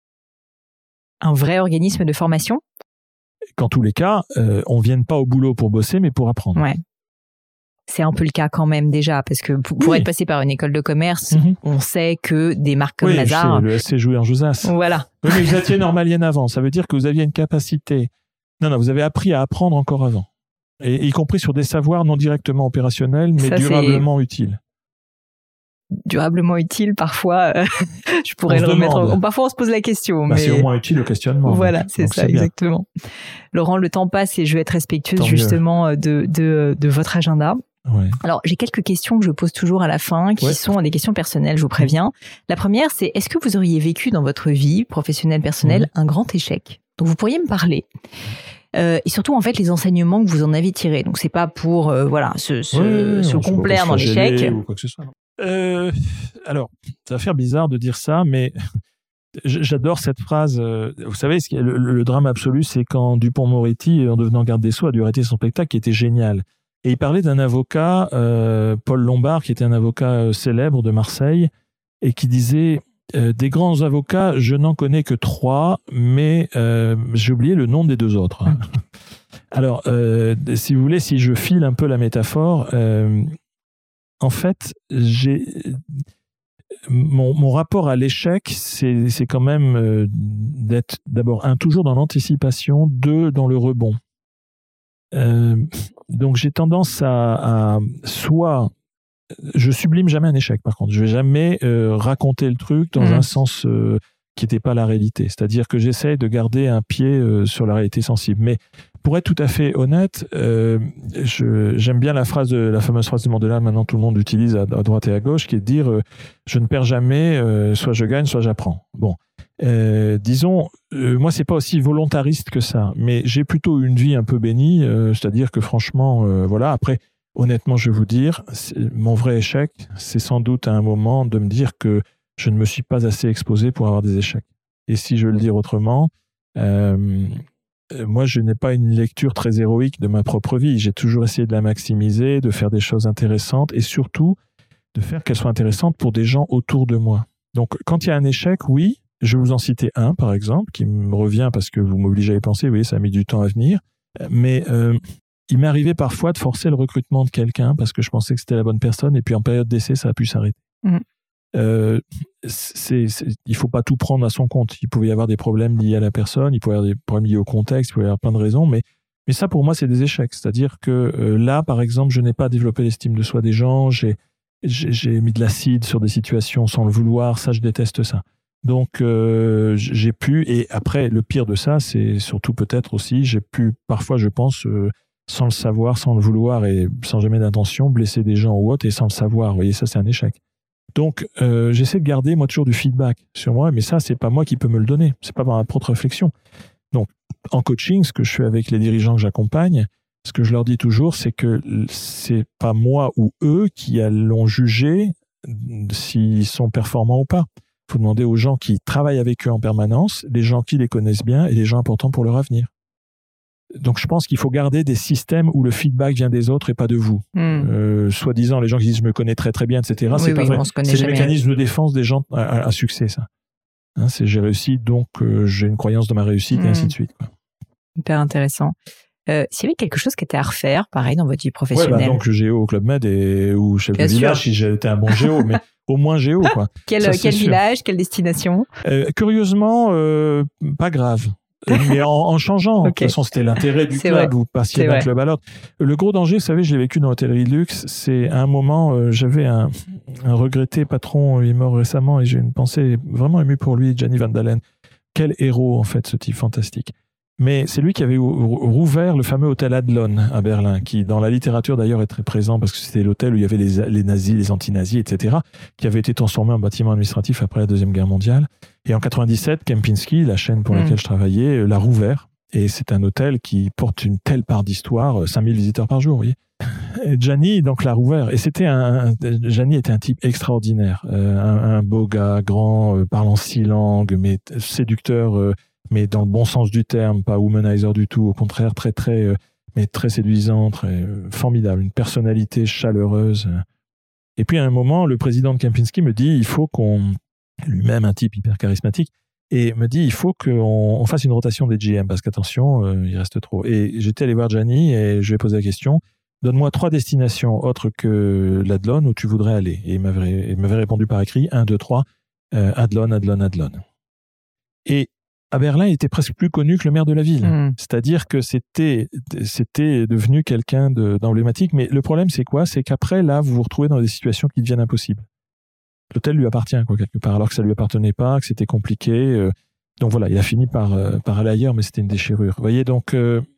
Un vrai organisme de formation ? Qu'en tous les cas, on ne vienne pas au boulot pour bosser, mais pour apprendre. Ouais. C'est un peu le cas quand même déjà, parce que pour être passé par une école de commerce, on sait que des marques comme Lazare... Oui, le SC Jouer Josas. Voilà. Oui, mais vous étiez normalienne avant, ça veut dire que vous aviez une capacité... Non, vous avez appris à apprendre encore avant. Et y compris sur des savoirs non directement opérationnels, mais durablement utiles. Durablement utile, parfois, je pourrais le remettre. Parfois, on se pose la question. Mais c'est au moins utile le questionnement. Voilà, c'est ça, exactement. Laurent, le temps passe et je vais être respectueuse justement de votre agenda. Ouais. Alors, j'ai quelques questions que je pose toujours à la fin, qui sont des questions personnelles, je vous préviens. La première, c'est est-ce que vous auriez vécu dans votre vie professionnelle, personnelle, un grand échec? Donc, vous pourriez me parler. Et surtout, en fait, les enseignements que vous en avez tirés. Donc, c'est pas pour se complaire dans l'échec. Ou quoi que ce soit, non. Alors, ça va faire bizarre de dire ça, mais j'adore cette phrase. Vous savez, le drame absolu, c'est quand Dupond-Moretti, en devenant garde des Sceaux, a dû arrêter son spectacle qui était génial. Et il parlait d'un avocat, Paul Lombard, qui était un avocat célèbre de Marseille, et qui disait des grands avocats, je n'en connais que 3, mais j'ai oublié le nom des 2 autres. Alors, si vous voulez, si je file un peu la métaphore, en fait, mon rapport à l'échec, c'est quand même d'être d'abord, toujours dans l'anticipation, 2, dans le rebond. Donc j'ai tendance à soit je sublime jamais un échec, par contre je vais jamais raconter le truc dans un sens qui n'était pas la réalité, c'est-à-dire que j'essaye de garder un pied sur la réalité sensible. Mais pour être tout à fait honnête, j'aime bien la fameuse phrase de Mandela, maintenant tout le monde l'utilise à droite et à gauche, qui est de dire je ne perds jamais, soit je gagne, soit j'apprends. Bon, disons, moi c'est pas aussi volontariste que ça, mais j'ai plutôt une vie un peu bénie, c'est-à-dire que franchement, voilà. Après, honnêtement, je vais vous dire, mon vrai échec, c'est sans doute à un moment de me dire que je ne me suis pas assez exposé pour avoir des échecs. Et si je veux le dire autrement, moi, je n'ai pas une lecture très héroïque de ma propre vie. J'ai toujours essayé de la maximiser, de faire des choses intéressantes et surtout de faire qu'elles soient intéressantes pour des gens autour de moi. Donc, quand il y a un échec, oui, je vais vous en citer un, par exemple, qui me revient parce que vous m'obligez à y penser. Vous voyez, ça a mis du temps à venir. Mais il m'est arrivé parfois de forcer le recrutement de quelqu'un parce que je pensais que c'était la bonne personne et puis en période d'essai, ça a pu s'arrêter. Il faut pas tout prendre à son compte. Il pouvait y avoir des problèmes liés à la personne, il pouvait y avoir des problèmes liés au contexte, il pouvait y avoir plein de raisons, mais ça pour moi c'est des échecs. C'est-à-dire que là par exemple je n'ai pas développé l'estime de soi des gens, j'ai mis de l'acide sur des situations sans le vouloir, ça je déteste ça. Donc j'ai pu, et après le pire de ça c'est surtout peut-être aussi, j'ai pu parfois je pense sans le savoir, sans le vouloir et sans jamais d'intention blesser des gens ou autres et sans le savoir. Vous voyez, ça c'est un échec. Donc, j'essaie de garder, moi, toujours du feedback sur moi, mais ça, c'est pas moi qui peux me le donner. C'est pas par ma propre réflexion. Donc, en coaching, ce que je fais avec les dirigeants que j'accompagne, ce que je leur dis toujours, c'est que c'est pas moi ou eux qui allons juger s'ils sont performants ou pas. Il faut demander aux gens qui travaillent avec eux en permanence, les gens qui les connaissent bien et les gens importants pour leur avenir. Donc, je pense qu'il faut garder des systèmes où le feedback vient des autres et pas de vous. Soi-disant, les gens qui disent « je me connais très très bien », etc. C'est pas vrai. C'est les mécanismes de défense des gens à succès, ça. Hein, c'est j'ai réussi, donc j'ai une croyance de ma réussite et ainsi de suite. Quoi. Hyper intéressant. S'il y avait quelque chose qui était à refaire, pareil, dans votre vie professionnelle. Donc géo au Club Med ou chef de village, si j'étais un bon géo, mais au moins géo, quoi. Quel village, quelle destination? Curieusement, pas grave. Mais en changeant. De toute façon, c'était l'intérêt du club. Vous passiez d'un club à l'autre. Le gros danger, vous savez, je l'ai vécu dans l'hôtellerie de luxe. C'est à un moment, j'avais un regretté patron, il est mort récemment et j'ai une pensée vraiment émue pour lui, Gianni Van Dalen. Quel héros, en fait, ce type fantastique. Mais c'est lui qui avait rouvert le fameux hôtel Adlon à Berlin, qui dans la littérature d'ailleurs est très présent parce que c'était l'hôtel où il y avait les nazis, les anti-nazis, etc., qui avait été transformé en bâtiment administratif après la Deuxième Guerre mondiale. Et en 97, Kempinski, la chaîne pour laquelle je travaillais, l'a rouvert. Et c'est un hôtel qui porte une telle part d'histoire, 5000 visiteurs par jour, vous voyez. Et Gianni, donc, l'a rouvert. Et Gianni était un type extraordinaire. Un beau gars, grand, parlant 6 langues, mais séducteur, mais dans le bon sens du terme, pas womanizer du tout. Au contraire, mais très séduisant, très formidable. Une personnalité chaleureuse. Et puis, à un moment, le président de Kempinski me dit, il faut lui-même un type hyper charismatique, et me dit il faut qu'on fasse une rotation des GM parce qu'attention, il reste trop. Et j'étais allé voir Gianni et je lui ai posé la question donne-moi 3 destinations autres que l'Adlon où tu voudrais aller. Et il m'avait répondu par écrit, 1, 2, 3, Adlon. Et à Berlin, il était presque plus connu que le maire de la ville. C'est-à-dire que c'était devenu quelqu'un d'emblématique. Mais le problème, c'est quoi? C'est qu'après, là, vous vous retrouvez dans des situations qui deviennent impossibles. L'hôtel lui appartient, quoi, quelque part, alors que ça lui appartenait pas, que c'était compliqué. Donc voilà, il a fini par aller ailleurs, mais c'était une déchirure. Vous voyez, donc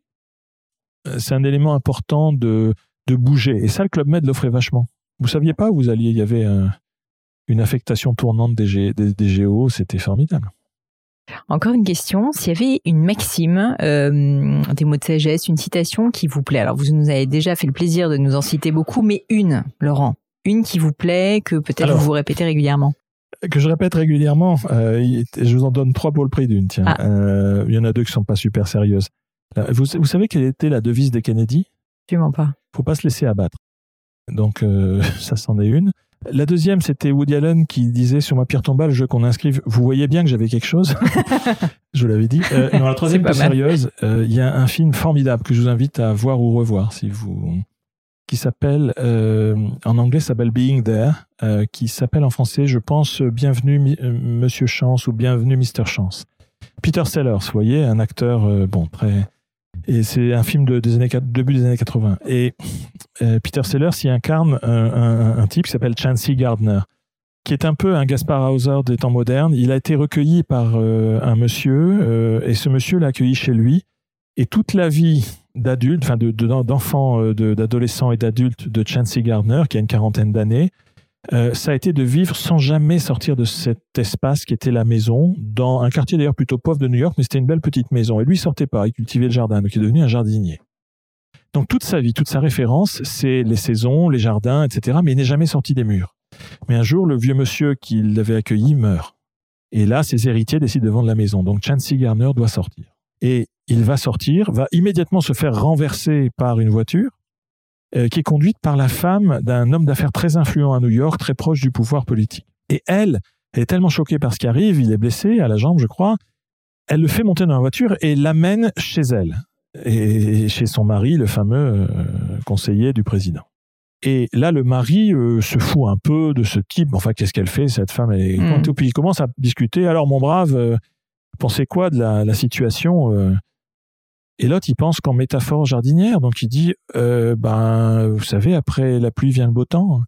c'est un élément important de bouger. Et ça, le Club Med l'offrait vachement. Vous saviez pas où vous alliez? Il y avait une affectation tournante des géos, c'était formidable. Encore une question, s'il y avait une maxime, des mots de sagesse, une citation qui vous plaît. Alors, vous nous avez déjà fait le plaisir de nous en citer beaucoup, mais une, Laurent, une qui vous plaît, que peut-être vous répétez régulièrement. Que je répète régulièrement, je vous en donne 3 pour le prix d'une, tiens. Il y en a 2 qui sont pas super sérieuses. Vous savez quelle était la devise des Kennedy? Absolument pas. Faut pas se laisser abattre. Donc, ça, c'en est une. La deuxième, c'était Woody Allen qui disait sur ma pierre tombale, je veux qu'on inscrive. Vous voyez bien que j'avais quelque chose. Je vous l'avais dit. Non, la troisième, plus sérieuse, il y a un film formidable que je vous invite à voir ou revoir qui s'appelle, en anglais, s'appelle Being There, qui s'appelle en français, je pense, Bienvenue Monsieur Chance ou Bienvenue Mr. Chance. Peter Sellers, vous voyez, un acteur, très... Et c'est un film début des années 80. Et Peter Sellers y incarne un type qui s'appelle Chauncey Gardner, qui est un peu un Gaspard Hauser des temps modernes. Il a été recueilli par un monsieur, et ce monsieur l'a accueilli chez lui. Et toute la vie d'adulte, enfin d'enfants, d'adolescents et d'adultes de Chauncey Gardner, qui a une 40aine d'années, ça a été de vivre sans jamais sortir de cet espace qui était la maison, dans un quartier d'ailleurs plutôt pauvre de New York, mais c'était une belle petite maison. Et lui, il sortait pas, il cultivait le jardin, donc il est devenu un jardinier. Donc toute sa vie, toute sa référence, c'est les saisons, les jardins, etc. Mais il n'est jamais sorti des murs. Mais un jour, le vieux monsieur qui l'avait accueilli meurt. Et là, ses héritiers décident de vendre la maison. Donc Chauncey Gardner doit sortir. Et il va sortir, va immédiatement se faire renverser par une voiture, qui est conduite par la femme d'un homme d'affaires très influent à New York, très proche du pouvoir politique. Et elle est tellement choquée par ce qui arrive, il est blessé à la jambe, je crois, elle le fait monter dans la voiture et l'amène chez elle, et chez son mari, le fameux conseiller du président. Et là, le mari se fout un peu de ce type, enfin, qu'est-ce qu'elle fait, cette femme, puis il commence à discuter, alors mon brave, pensez quoi de la situation Et l'autre, il pense qu'en métaphore jardinière. Donc, il dit, vous savez, après la pluie vient le beau temps.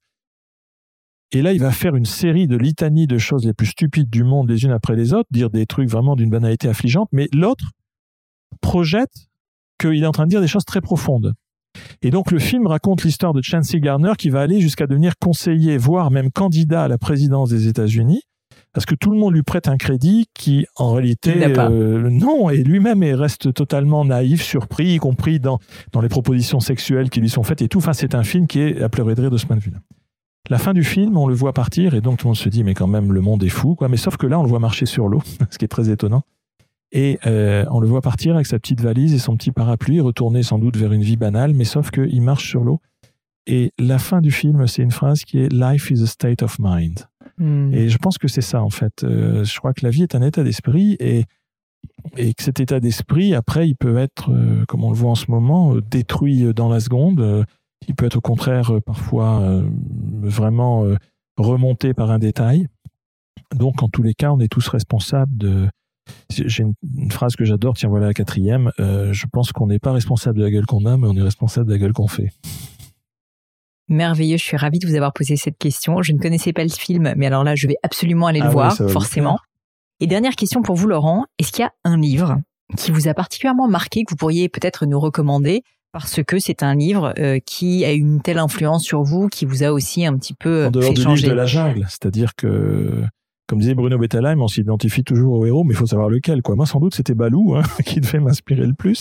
Et là, il va faire une série de litanies de choses les plus stupides du monde, les unes après les autres, dire des trucs vraiment d'une banalité affligeante. Mais l'autre projette qu'il est en train de dire des choses très profondes. Et donc, le film raconte l'histoire de Chauncey Gardner qui va aller jusqu'à devenir conseiller, voire même candidat à la présidence des États-Unis. Parce que tout le monde lui prête un crédit qui, en réalité, non, et lui-même reste totalement naïf, surpris, y compris dans les propositions sexuelles qui lui sont faites et tout. Enfin, c'est un film qui est à pleurer de rire de ce point de vue-là. La fin du film, on le voit partir et donc tout le monde se dit, mais quand même, le monde est fou, quoi. Mais sauf que là, on le voit marcher sur l'eau, ce qui est très étonnant. Et on le voit partir avec sa petite valise et son petit parapluie, retourner sans doute vers une vie banale, mais sauf qu'il marche sur l'eau. Et la fin du film, c'est une phrase qui est « Life is a state of mind ». Et je pense que c'est ça, en fait. Je crois que la vie est un état d'esprit et que cet état d'esprit, après, il peut être, comme on le voit en ce moment, détruit dans la seconde. Il peut être au contraire parfois vraiment remonté par un détail. Donc, en tous les cas, on est tous responsables de... J'ai une phrase que j'adore, tiens, voilà la 4e. Je pense qu'on n'est pas responsable de la gueule qu'on a, mais on est responsable de la gueule qu'on fait. Merveilleux, je suis ravie de vous avoir posé cette question. Je ne connaissais pas le film, mais alors là, je vais absolument aller le voir, forcément. Et dernière question pour vous, Laurent. Est-ce qu'il y a un livre qui vous a particulièrement marqué, que vous pourriez peut-être nous recommander, parce que c'est un livre qui a une telle influence sur vous, qui vous a aussi un petit peu fait changer? En dehors du livre de la jungle, c'est-à-dire que, comme disait Bruno Bettelheim, on s'identifie toujours au héros, mais il faut savoir lequel, quoi. Moi, sans doute, c'était Balou qui devait m'inspirer le plus.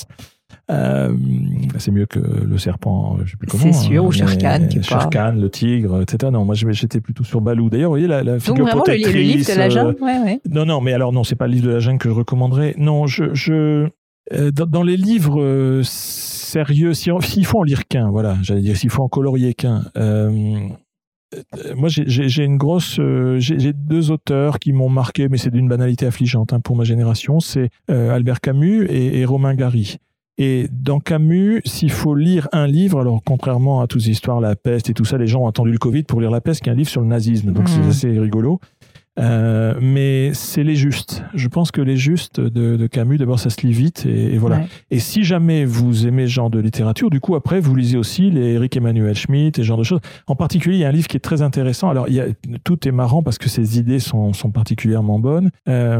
C'est mieux que le serpent, je sais plus comment. C'est sûr, ou Shere Khan. Shere Khan, le tigre, etc. Non, moi j'étais plutôt sur Balou. D'ailleurs, vous voyez la figure donc, protectrice. Donc vraiment le livre de la jungle, ouais. Non, mais alors non, c'est pas le livre de la jungle que je recommanderais. Non, dans les livres sérieux, s'il faut en lire qu'un, voilà, j'allais dire, s'il faut en colorier qu'un. Moi, j'ai une grosse, j'ai 2 auteurs qui m'ont marqué, mais c'est d'une banalité affligeante pour ma génération. C'est Albert Camus et Romain Gary. Et dans Camus, s'il faut lire un livre, alors contrairement à toutes les histoires, la peste et tout ça, les gens ont attendu le Covid pour lire la peste, qui est un livre sur le nazisme, donc c'est assez rigolo. Mais c'est Les Justes. Je pense que Les Justes de Camus, d'abord ça se lit vite et voilà. Ouais. Et si jamais vous aimez ce genre de littérature, du coup après vous lisez aussi les Éric Emmanuel Schmitt et ce genre de choses. En particulier, il y a un livre qui est très intéressant. Alors tout est marrant parce que ses idées sont particulièrement bonnes.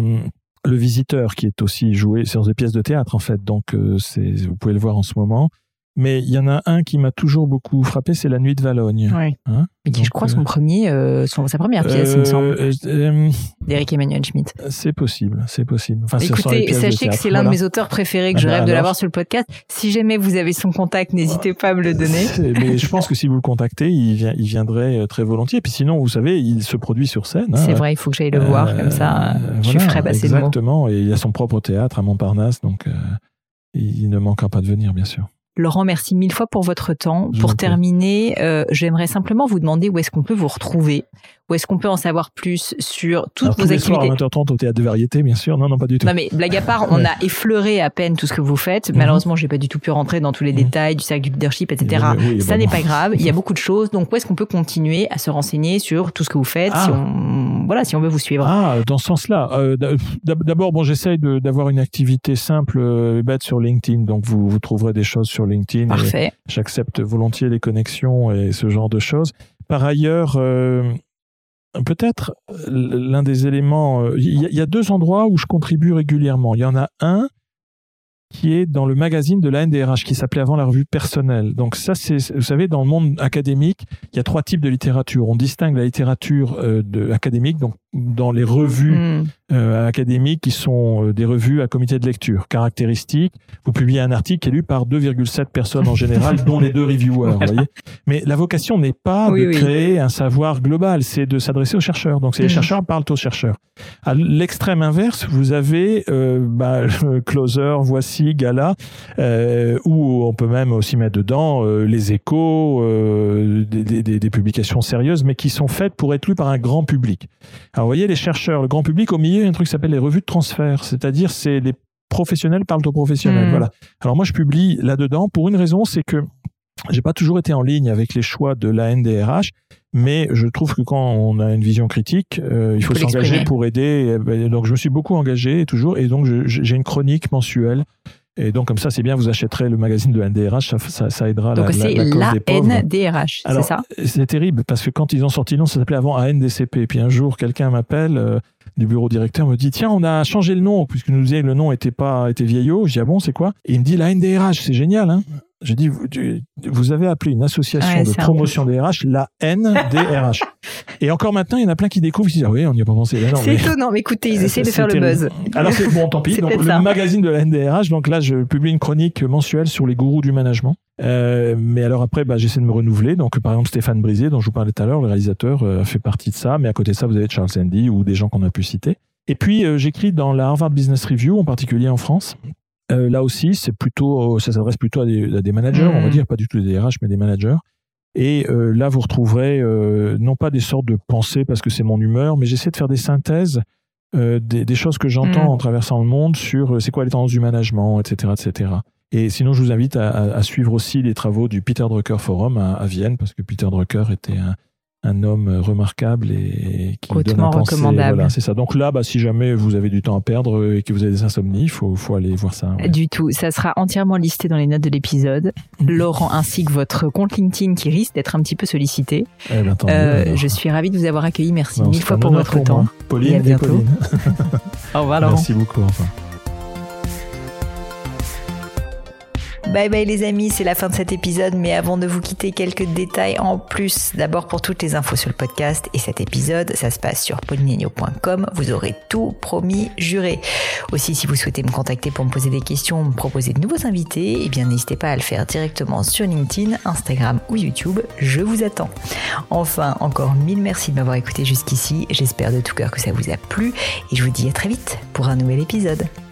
Le Visiteur, qui est aussi joué, c'est dans des pièces de théâtre en fait, donc vous pouvez le voir en ce moment. Mais il y en a un qui m'a toujours beaucoup frappé, c'est La Nuit de Valogne. Oui. Mais qui, je crois, sa première pièce, il me semble. D'Éric Emmanuel Schmitt. C'est possible. Enfin, écoutez, sachez que c'est l'un de mes auteurs préférés, que je rêve de l'avoir sur le podcast. Si jamais vous avez son contact, n'hésitez pas à me le donner. Mais je pense que si vous le contactez, il viendrait très volontiers. Puis sinon, vous savez, il se produit sur scène. C'est vrai, il faut que j'aille le voir, comme ça, je lui ferai passer le mot. Exactement, et il a son propre théâtre à Montparnasse, donc il ne manquera pas de venir, bien sûr. Laurent, merci mille fois pour votre temps. Pour terminer, j'aimerais simplement vous demander où est-ce qu'on peut vous retrouver, où est-ce qu'on peut en savoir plus sur toutes vos activités. Tous les soirs à 20h30 au Théâtre de Variété, bien sûr. Non, pas du tout. Non, mais blague à part, on a effleuré à peine tout ce que vous faites. Malheureusement, j'ai pas du tout pu rentrer dans tous les détails du cercle du leadership, etc. Oui, ça n'est pas grave. Il y a beaucoup de choses. Donc, où est-ce qu'on peut continuer à se renseigner sur tout ce que vous faites si on veut vous suivre? Dans ce sens-là. D'abord, j'essaye d'avoir une activité simple et bête sur LinkedIn. Donc, vous trouverez des choses sur LinkedIn. Parfait. J'accepte volontiers les connexions et ce genre de choses. Par ailleurs, peut-être l'un des éléments... Il y a 2 endroits où je contribue régulièrement. Il y en a un qui est dans le magazine de la NDRH, qui s'appelait avant la revue Personnelle. Donc ça, vous savez, dans le monde académique, il y a 3 types de littérature. On distingue la littérature académique, donc dans les revues académiques qui sont des revues à comité de lecture. Caractéristiques, vous publiez un article qui est lu par 2,7 personnes en général, dont les 2 reviewers. Voilà. Vous voyez. Mais la vocation n'est pas de créer un savoir global, c'est de s'adresser aux chercheurs. Donc les chercheurs parlent aux chercheurs. À l'extrême inverse, vous avez Closer, Voici, Gala, où on peut même aussi mettre dedans les échos, des publications sérieuses, mais qui sont faites pour être lues par un grand public. Alors vous voyez, les chercheurs, le grand public, au milieu, il y a un truc qui s'appelle les revues de transfert, c'est-à-dire c'est les professionnels parlent aux professionnels. Voilà. Alors moi, je publie là-dedans pour une raison, c'est que j'ai pas toujours été en ligne avec les choix de la NDRH, mais je trouve que quand on a une vision critique, il faut s'engager pour aider. Donc je me suis beaucoup engagé toujours, et donc j'ai une chronique mensuelle. Et donc, comme ça, c'est bien, vous achèterez le magazine de NDRH, ça aidera donc la cause des pauvres. Donc, c'est la NDRH, c'est ça? C'est terrible, parce que quand ils ont sorti le nom, ça s'appelait avant ANDCP. Et puis un jour, quelqu'un m'appelle du bureau directeur, me dit, tiens, on a changé le nom, puisque nous disions que le nom était vieillot. Je dis, ah bon, c'est quoi? Et il me dit, la NDRH, c'est génial, hein? J'ai dit, vous avez appelé une association de promotion des RH la NDRH. Et encore maintenant, il y en a plein qui découvrent, qui disent, ah oui, on n'y a pas pensé. C'est étonnant, mais écoutez, ils essaient de faire le buzz. Alors c'est bon, tant pis. Donc le magazine de la NDRH, donc là, je publie une chronique mensuelle sur les gourous du management. Mais alors après, j'essaie de me renouveler. Donc par exemple, Stéphane Brisé, dont je vous parlais tout à l'heure, le réalisateur, fait partie de ça. Mais à côté de ça, vous avez Charles Sandy ou des gens qu'on a pu citer. Et puis, j'écris dans la Harvard Business Review, en particulier en France. Là aussi, ça s'adresse plutôt à des managers, on va dire, pas du tout des DRH, mais des managers. Et là, vous retrouverez non pas des sortes de pensées parce que c'est mon humeur, mais j'essaie de faire des synthèses des choses que j'entends en traversant le monde sur c'est quoi les tendances du management, etc., etc. Et sinon, je vous invite à suivre aussi les travaux du Peter Drucker Forum à Vienne, parce que Peter Drucker était un homme remarquable et qui donne à penser. Recommandable. Voilà, c'est ça. Donc là, si jamais vous avez du temps à perdre et que vous avez des insomnies, il faut aller voir ça. Ouais. Du tout. Ça sera entièrement listé dans les notes de l'épisode. Laurent, ainsi que votre compte LinkedIn qui risque d'être un petit peu sollicité. Je suis ravie de vous avoir accueilli. Merci mille fois pour votre temps. Moi. Pauline et Pauline. Au revoir, Laurent. Merci beaucoup. Enfin. Bye bye les amis, c'est la fin de cet épisode, mais avant de vous quitter, quelques détails en plus. D'abord pour toutes les infos sur le podcast et cet épisode, ça se passe sur paulinegno.com, vous aurez tout promis, juré. Aussi, si vous souhaitez me contacter pour me poser des questions, me proposer de nouveaux invités, eh bien n'hésitez pas à le faire directement sur LinkedIn, Instagram ou YouTube, je vous attends. Enfin, encore 1000 merci de m'avoir écouté jusqu'ici, j'espère de tout cœur que ça vous a plu et je vous dis à très vite pour un nouvel épisode.